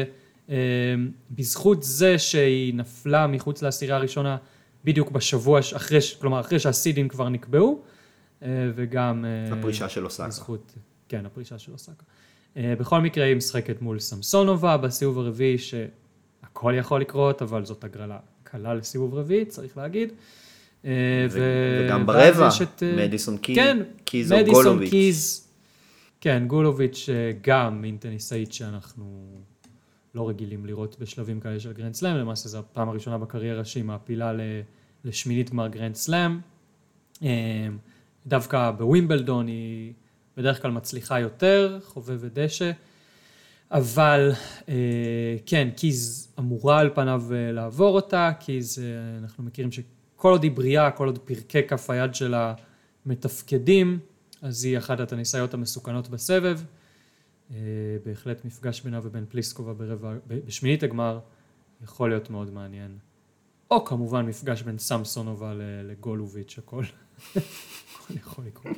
בזכות זה שהיא נפלה מחוץ לעשירייה הראשונה, בדיוק בשבוע אחרי, כלומר, אחרי שהסידים כבר נקבעו, וגם... הפרישה של אוסקה. בזכות, כן, הפרישה של אוסקה. בכל מקרה, היא משחקת מול סמסונובה, בסיבוב הרביעי, שהכל יכול לקרות, אבל זאת הגרלה קלה לסיבוב רביעי, צריך להגיד. וגם ברבע, מדיסון קיז או גולוביץ'. כן, גולוביץ' גם מין טניסאית שאנחנו לא רגילים לראות בשלבים כאלה של גרנד סלאם, למעשה זו הפעם הראשונה בקריירה שהיא מעפילה לשמינית גמר גרנד סלאם. דווקא בווימבלדון היא בדרך כלל מצליחה יותר, חובבת דשא, אבל כן, קיז אמורה על פניו לעבור אותה, קיז אנחנו מכירים ש... כל עוד היא בריאה, כל עוד פרקי כף היד שלה מתפקדים, אז היא אחת הטניסאיות המסוכנות בסבב. בהחלט מפגש בינה ובין פליסקובה ברבע, בשמינית הגמר, יכול להיות מאוד מעניין. או כמובן מפגש בין סמסונובה לגולוביץ', הכל. הכל יכול לקרות.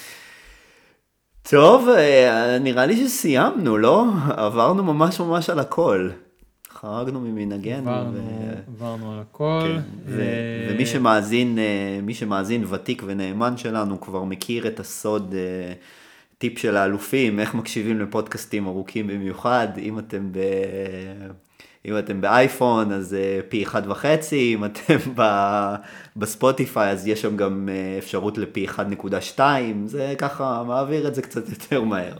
טוב, נראה לי שסיימנו, לא? עברנו ממש ממש על הכל. חרגנו ממנהגנו. עברנו על הכל. ומי שמאזין, מי שמאזין ותיק ונאמן שלנו כבר מכיר את הסוד, טיפ של האלופים, איך מקשיבים לפודקאסטים ארוכים במיוחד, אם אתם ב... אם אתם באייפון, אז פי אחד וחצי, אם אתם בספוטיפיי, אז יש שם גם אפשרות לפי אחד נקודה שתיים, זה ככה מעביר את זה קצת יותר מהר.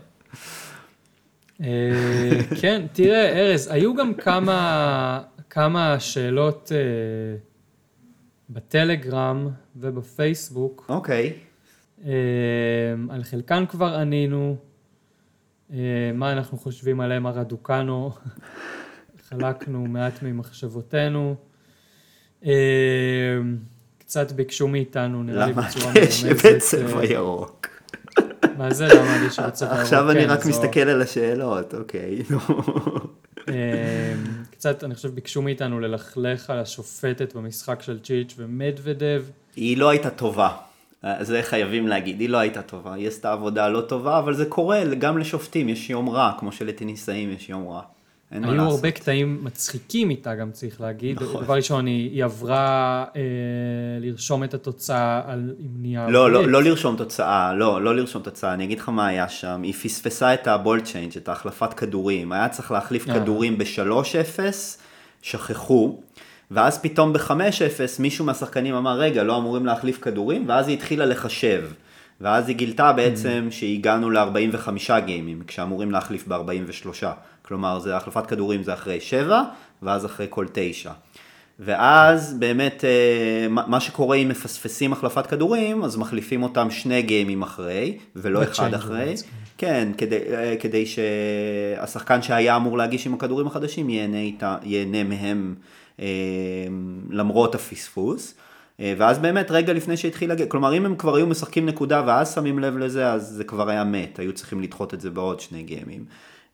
כן, תראה, ארז, היו גם כמה, כמה שאלות בטלגרם ובפייסבוק. אוקיי. על חלקן כבר ענינו, מה אנחנו חושבים עליהם, הרדוקנו, חלקנו מעט ממחשבותינו. קצת ביקשו מאיתנו, נראה לי בצורה מרמזת. למה שבצבע ירוק? מה זה? למה לי שבצבע ירוק? עכשיו אני רק מסתכל על השאלות, אוקיי. קצת, אני חושב, ביקשו מאיתנו ללכלך על השופטת במשחק של צ'יץ' ומדוודב. היא לא הייתה טובה. זה חייבים להגיד, היא לא הייתה טובה. היא עשתה עבודה לא טובה, אבל זה קורה גם לשופטים, יש יום רע, כמו שלטניסאים יש יום רע. היו הרבה קטעים מצחיקים איתה, גם צריך להגיד. דבר ראשון, היא עברה לרשום את התוצאה על נייר. לא, לא לרשום תוצאה, לא, לא לרשום תוצאה. אני אגיד לך מה היה שם. היא פספסה את הבול צ'יינג', את ההחלפת כדורים. היה צריך להחליף כדורים ב-שלוש אפס, שכחו. ואז פתאום ב-חמש אפס מישהו מהשחקנים אמר, רגע, לא אמורים להחליף כדורים, ואז היא התחילה לחשב. ואז היא גילתה בעצם שהגענו ל-ארבעים וחמישה גיימים, כשאמורים להחליף ב-ארבעים ושלוש. כלומר, זה החלפת כדורים זה אחרי שבע, ואז אחרי כל תשע. ואז באמת, מה שקורה אם מפספסים החלפת כדורים, אז מחליפים אותם שני גיימים אחרי, ולא אחד אחרי. כן, כדי, כדי שהשחקן שהיה אמור להגיש עם הכדורים החדשים, ייהנה, איתה, ייהנה מהם למרות הפספוס. ואז באמת רגע לפני שהתחיל להגיע, כלומר אם הם כבר היו משחקים נקודה ואז שמים לב לזה, אז זה כבר היה מת, היו צריכים לדחות את זה בעוד שני גיימים.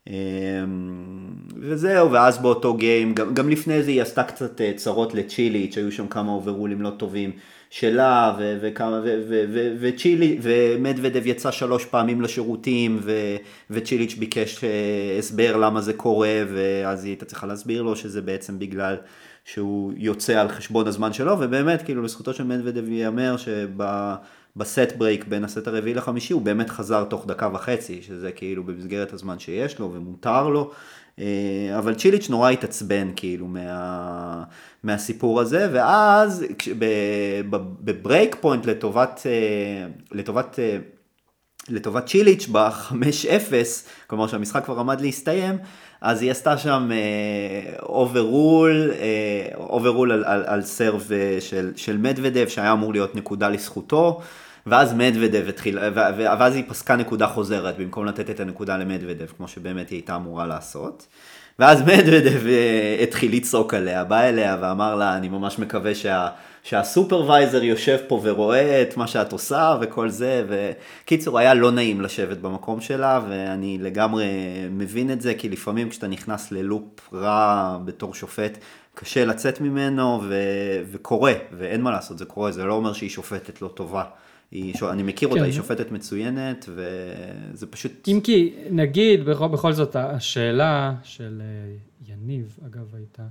וזהו, ואז באותו גיים, גם, גם לפני זה היא עשתה קצת צרות לצ'יליץ', היו שם כמה אוברולים לא טובים שלה, ו- וכמה, ו- ו- ו- וצ'ילי, ומדוודב יצא שלוש פעמים לשירותים, ו- וצ'יליץ' ביקש הסבר למה זה קורה, ואז היא הייתה צריכה להסביר לו שזה בעצם בגלל שהוא יוצא על חשבון הזמן שלו, ובאמת, כאילו, לזכותו של מדוודב ייאמר שבסט ברייק בין הסט הרביעי לחמישי, הוא באמת חזר תוך דקה וחצי, שזה כאילו במסגרת הזמן שיש לו ומותר לו, אבל צ'יליץ' נורא התעצבן כאילו מה, מהסיפור הזה, ואז בברייק פוינט לטובת, לטובת, לטובת צ'יליץ' ב-חמש אפס, כלומר שהמשחק כבר עמד להסתיים, אז היא עשתה שם אוברול, אוברול על, על, על סרב של, של מדוודב, שהיה אמור להיות נקודה לזכותו, ואז מדוודב התחיל, ואז היא פסקה נקודה חוזרת, במקום לתת את הנקודה למדוודב, כמו שבאמת היא הייתה אמורה לעשות. ואז מדוודב התחיל לצעוק עליה, בא אליה ואמר לה, אני ממש מקווה שה... שהסופרוויזר יושב פה ורואה את מה שאת עושה וכל זה, וקיצור היה לא נעים לשבת במקום שלה, ואני לגמרי מבין את זה, כי לפעמים כשאתה נכנס ללופ רע בתור שופט, קשה לצאת ממנו, ו... וקורה, ואין מה לעשות, זה קורה, זה לא אומר שהיא שופטת לא טובה. היא... אני מכיר אותה, היא שופטת מצוינת, וזה פשוט... אם כי נגיד, בכל, בכל זאת, השאלה של יניב, אגב, הייתה,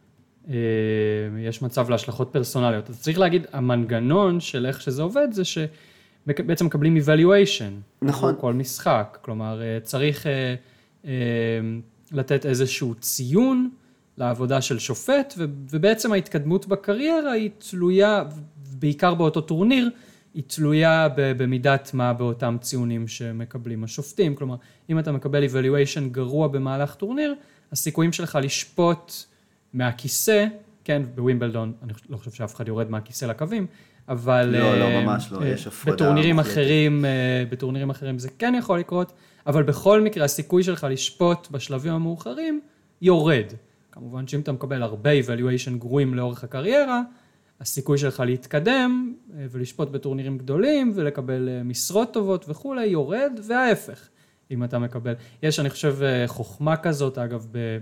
יש מצב להשלכות פרסונליות. אז צריך להגיד, המנגנון של איך שזה עובד, זה שבעצם מקבלים evaluation. נכון. כל משחק. כלומר, צריך לתת איזשהו ציון לעבודה של שופט, ובעצם ההתקדמות בקריירה היא תלויה, בעיקר באותו טורניר, היא תלויה במידת מה באותם ציונים שמקבלים השופטים. כלומר, אם אתה מקבל evaluation גרוע במהלך טורניר, הסיכויים שלך לשפוט מהכיסא, כן, בווימבלדון, אני לא חושב שאף אחד יורד מהכיסא לקווים, אבל... לא, לא, ממש לא, יש הפרדה. בטורנירים אחרים, בטורנירים אחרים זה כן יכול לקרות, אבל בכל מקרה, הסיכוי שלך לשפוט בשלבים המאוחרים יורד. כמובן שאם אתה מקבל הרבה evaluation גרועים לאורך הקריירה, הסיכוי שלך להתקדם ולשפוט בטורנירים גדולים ולקבל משרות טובות וכו' יורד, וההפך, אם אתה מקבל. יש, אני חושב, חוכמה כזאת, אגב, ב...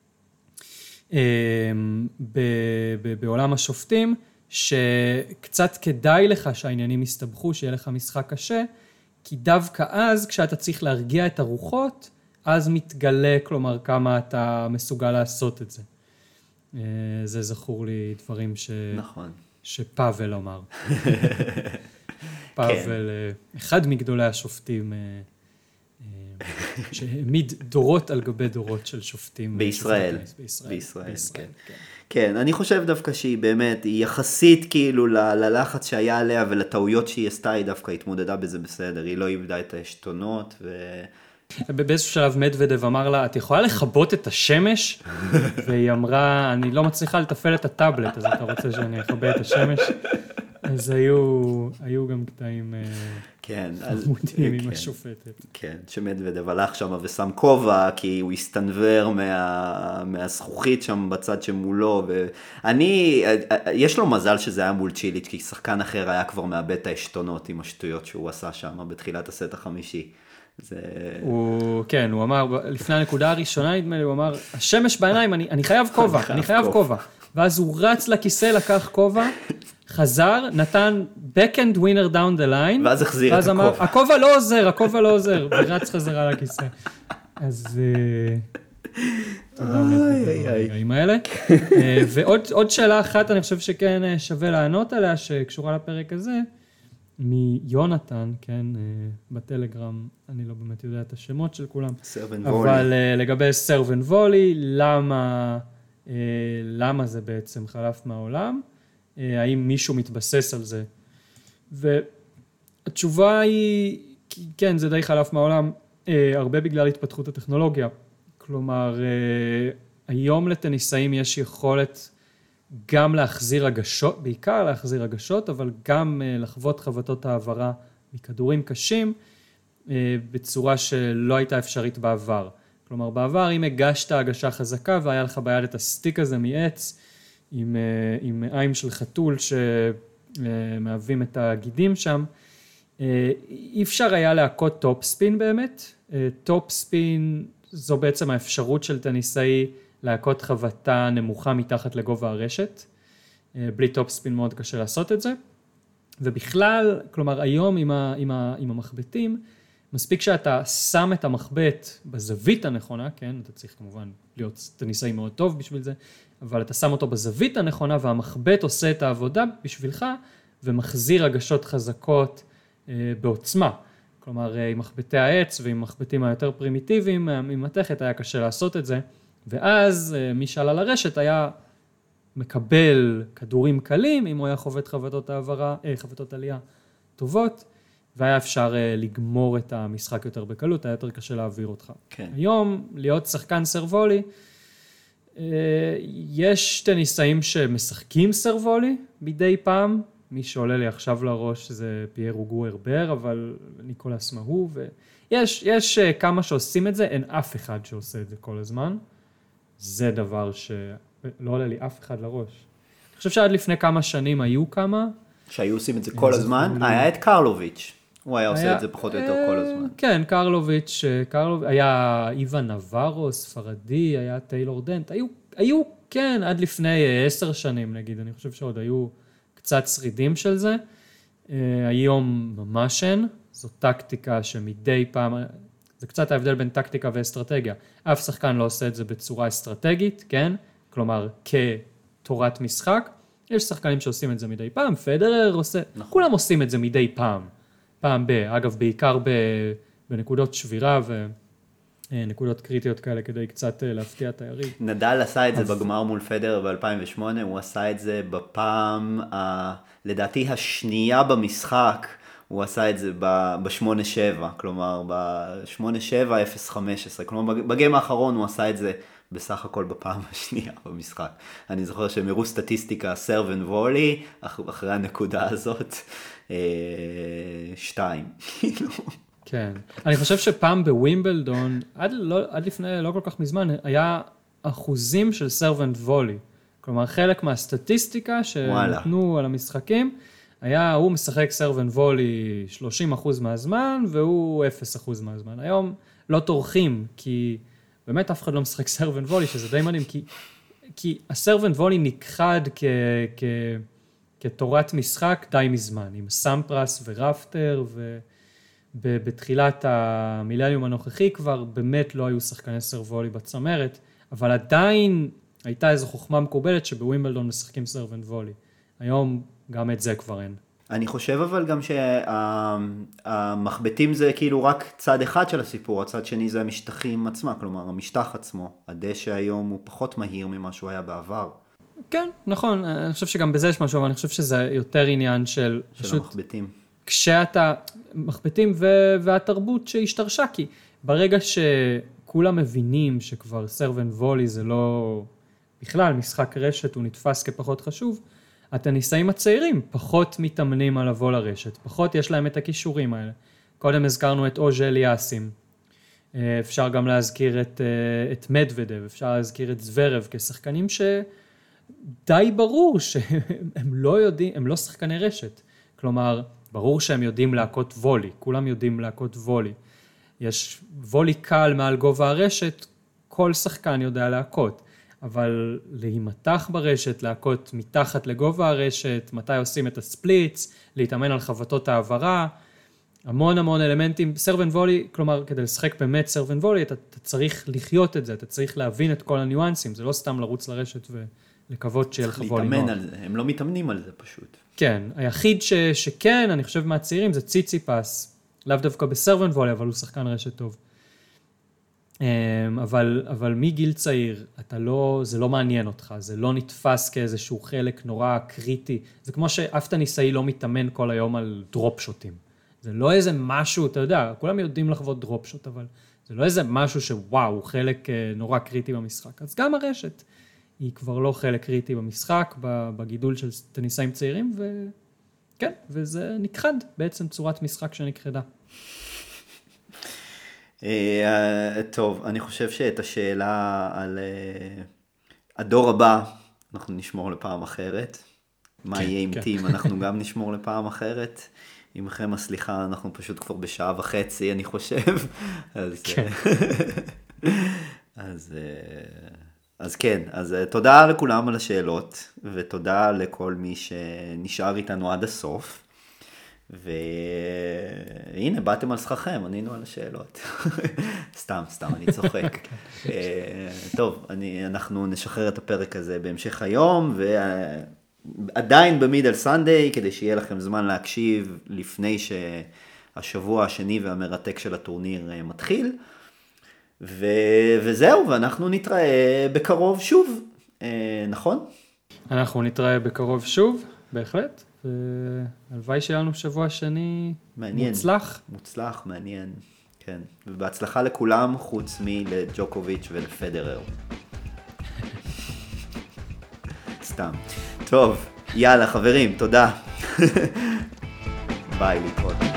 בעולם השופטים, שקצת כדאי לך שהעניינים יסתבכו, שיהיה לך משחק קשה, כי דווקא אז, כשאתה צריך להרגיע את הרוחות, אז מתגלה, כלומר, כמה אתה מסוגל לעשות את זה. זה זכור לי דברים ש... נכון. שפאבל אמר. פאבל, אחד מגדולי השופטים שהעמיד דורות על גבי דורות של שופטים. בישראל. בישראל, בישראל, בישראל, כן. כן. כן, אני חושב דווקא שהיא באמת, היא יחסית כאילו ל- ללחץ שהיה עליה ולטעויות שהיא עשתה, היא דווקא התמודדה בזה בסדר, היא לא איבדה את העשתונות ו... באיזשהו שלב מדוודב אמר לה, את יכולה לכבות את השמש? והיא אמרה, אני לא מצליחה לתפעל את הטאבלט, אז אתה רוצה שאני אכבה את השמש? אז היו, היו גם קטעים כן, חמודים עם כן, השופטת. כן, שמדוודב הלך שם ושם כובע, כי הוא הסתנוור מה, מהזכוכית שם בצד שמולו, ואני, יש לו מזל שזה היה מול צ'יליץ', כי שחקן אחר היה כבר מאבד את העשתונות עם השטויות שהוא עשה שם בתחילת הסט החמישי. זה... הוא, כן, הוא אמר, לפני הנקודה הראשונה, נדמה לי, הוא אמר, השמש בעיניים, אני, אני חייב כובע, אני חייב כובע. ואז הוא רץ לכיסא, לקח כובע, חזר, נתן backend winner down the line. ואז החזיר את הכובע. אמר, הכובע לא עוזר, הכובע לא עוזר, ורץ חזרה לכיסא. אז... תודה מהרגעים האלה. ועוד שאלה אחת, אני חושב שכן שווה לענות עליה, שקשורה לפרק הזה, מיונתן, כן, בטלגרם, אני לא באמת יודע את השמות של כולם, אבל לגבי סרבן וולי, למה, למה זה בעצם חלף מהעולם? האם מישהו מתבסס על זה? והתשובה היא, כן, זה די חלף מהעולם, הרבה בגלל התפתחות הטכנולוגיה. כלומר, היום לטניסאים יש יכולת גם להחזיר הגשות, בעיקר להחזיר הגשות, אבל גם לחוות חבטות העברה מכדורים קשים, בצורה שלא הייתה אפשרית בעבר. כלומר, בעבר, אם הגשת הגשה חזקה והיה לך ביד את הסטיק הזה מעץ, עם, עם עין של חתול שמהווים את הגידים שם, אי אפשר היה להכות טופ ספין באמת. טופ ספין זו בעצם האפשרות של טניסאי להכות חבטה נמוכה מתחת לגובה הרשת. בלי טופ ספין מאוד קשה לעשות את זה. ובכלל, כלומר היום עם, ה, עם, ה, עם המחבטים, מספיק שאתה שם את המחבט בזווית הנכונה, כן, אתה צריך כמובן להיות טניסאי מאוד טוב בשביל זה, אבל אתה שם אותו בזווית הנכונה, והמחבט עושה את העבודה בשבילך, ומחזיר הגשות חזקות אה, בעוצמה. כלומר, אה, עם מחבטי העץ ועם מחבטים היותר פרימיטיביים, ממתכת היה קשה לעשות את זה, ואז אה, מי שעלה לרשת היה מקבל כדורים קלים, אם הוא היה חובט חבטות העברה, אה, חבטות עלייה טובות, והיה אפשר אה, לגמור את המשחק יותר בקלות, היה יותר קשה להעביר אותך. כן. היום, להיות שחקן סרבולי, יש טניסאים שמשחקים סרבולי מדי פעם, מי שעולה לי עכשיו לראש זה פייר הוגו הרבר, אבל ניקולס מהו, ויש יש כמה שעושים את זה, אין אף אחד שעושה את זה כל הזמן, זה דבר שלא עולה לי אף אחד לראש. אני חושב שעד לפני כמה שנים היו כמה. שהיו עושים את זה כל הזמן, היה את קרלוביץ', הוא היה עושה את זה פחות או יותר כל הזמן. כן, קרלוביץ', היה איוון נברו, ספרדי, היה טיילור דנט, היו, היו, כן, עד לפני עשר שנים, נגיד, אני חושב שעוד היו קצת שרידים של זה. היום ממש אין, זו טקטיקה שמדי פעם, זה קצת ההבדל בין טקטיקה ואסטרטגיה. אף שחקן לא עושה את זה בצורה אסטרטגית, כן? כלומר, כתורת משחק. יש שחקנים שעושים את זה מדי פעם, פדרר עושה, נכון. כולם עושים את זה מדי פעם. פעם ב, אגב, בעיקר ב, בנקודות שבירה ונקודות קריטיות כאלה, כדי קצת להפתיע את היריב. נדל עשה את זה בגמר מול פדרר ב-אלפיים ושמונה, הוא עשה את זה בפעם, ה, לדעתי השנייה במשחק, הוא עשה את זה ב-שמונה שבע, כלומר ב-שמונה שבע אפס חמש עשרה, כלומר בגיים האחרון הוא עשה את זה בסך הכל בפעם השנייה במשחק. אני זוכר שהם הראו סטטיסטיקה סרבן וולי, אחרי הנקודה הזאת, שתיים. כן. אני חושב שפעם בווימבלדון, עד, לא, עד לפני לא כל כך מזמן, היה אחוזים של סרבנט וולי. כלומר, חלק מהסטטיסטיקה שנתנו על המשחקים, היה, הוא משחק סרבנט וולי שלושים אחוז מהזמן, והוא אפס אחוז מהזמן. היום לא תורכים, כי באמת אף אחד לא משחק סרבנט וולי, שזה די מדהים, כי, כי הסרבנט וולי נכחד כ... כ כתורת משחק די מזמן, עם סמפרס ורפטר, ובתחילת המילניום הנוכחי כבר באמת לא היו שחקני סרבולי בצמרת, אבל עדיין הייתה איזו חוכמה מקובלת שבווימבלדון משחקים סרבנט וולי. היום גם את זה כבר אין. אני חושב אבל גם שהמחבטים זה כאילו רק צד אחד של הסיפור, הצד שני זה המשטחים עצמה, כלומר המשטח עצמו, הדשא היום הוא פחות מהיר ממה שהוא היה בעבר. כן, נכון, אני חושב שגם בזה יש משהו, אבל אני חושב שזה יותר עניין של... של פשוט, המחבטים. כשאתה, מחבטים ו- והתרבות שהשתרשה, כי ברגע שכולם מבינים שכבר סרבן וולי זה לא... בכלל, משחק רשת הוא נתפס כפחות חשוב, הטניסאים הצעירים פחות מתאמנים על לבוא לרשת, פחות יש להם את הכישורים האלה. קודם הזכרנו את אוז'ה אליאסים, אפשר גם להזכיר את, את מדוודב, אפשר להזכיר את זוורב כשחקנים שדי ברור שהם לא יודעים, הם לא שחקני רשת. כלומר, ברור שהם יודעים להכות וולי, כולם יודעים להכות וולי. יש וולי קל מעל גובה הרשת, כל שחקן יודע להכות. אבל להימתח ברשת, להכות מתחת לגובה הרשת, מתי עושים את הספליץ, להתאמן על חבטות העברה, המון המון אלמנטים. סרבן וולי, כלומר, כדי לשחק באמת סרבן וולי, אתה, אתה צריך לחיות את זה, אתה צריך להבין את כל הניואנסים, זה לא סתם לרוץ לרשת ולקוות שיהיה לך וולי. להתאמן על זה, הם לא מתאמנים על זה פשוט. כן, היחיד ש, שכן, אני חושב מהצעירים, זה ציציפס, לאו דווקא בסרבן וולי, אבל הוא שחקן רשת טוב. אבל, אבל מגיל צעיר, אתה לא, זה לא מעניין אותך, זה לא נתפס כאיזשהו חלק נורא קריטי, זה כמו שאף טניסאי לא מתאמן כל היום על דרופ שוטים. זה לא איזה משהו, אתה יודע, כולם יודעים לחוות דרופ שוט, אבל זה לא איזה משהו שוואו, הוא חלק נורא קריטי במשחק. אז גם הרשת היא כבר לא חלק קריטי במשחק, בגידול של טניסאים צעירים, וכן, וזה נכחד, בעצם צורת משחק שנכחדה. טוב, אני חושב שאת השאלה על הדור הבא אנחנו נשמור לפעם אחרת. מה יהיה עם טים אנחנו גם נשמור לפעם אחרת. עמכם הסליחה, אנחנו פשוט כבר בשעה וחצי, אני חושב. אז אז אז כן, אז תודה לכולם על השאלות, ותודה לכל מי שנשאר איתנו עד הסוף. והנה, באתם על שכרכם, ענינו על השאלות. סתם, סתם, אני צוחק. טוב, אני, אנחנו נשחרר את הפרק הזה בהמשך היום, ועדיין במידל סנדיי, כדי שיהיה לכם זמן להקשיב לפני שהשבוע השני והמרתק של הטורניר מתחיל. ו... וזהו, ואנחנו נתראה בקרוב שוב, נכון? אנחנו נתראה בקרוב שוב, בהחלט. והלוואי שלנו שבוע שני מעניין, מוצלח. מוצלח, מעניין, כן. ובהצלחה לכולם, חוץ מלג'וקוביץ' ולפדרר. סתם. טוב, יאללה חברים, תודה. ביי, להתראות.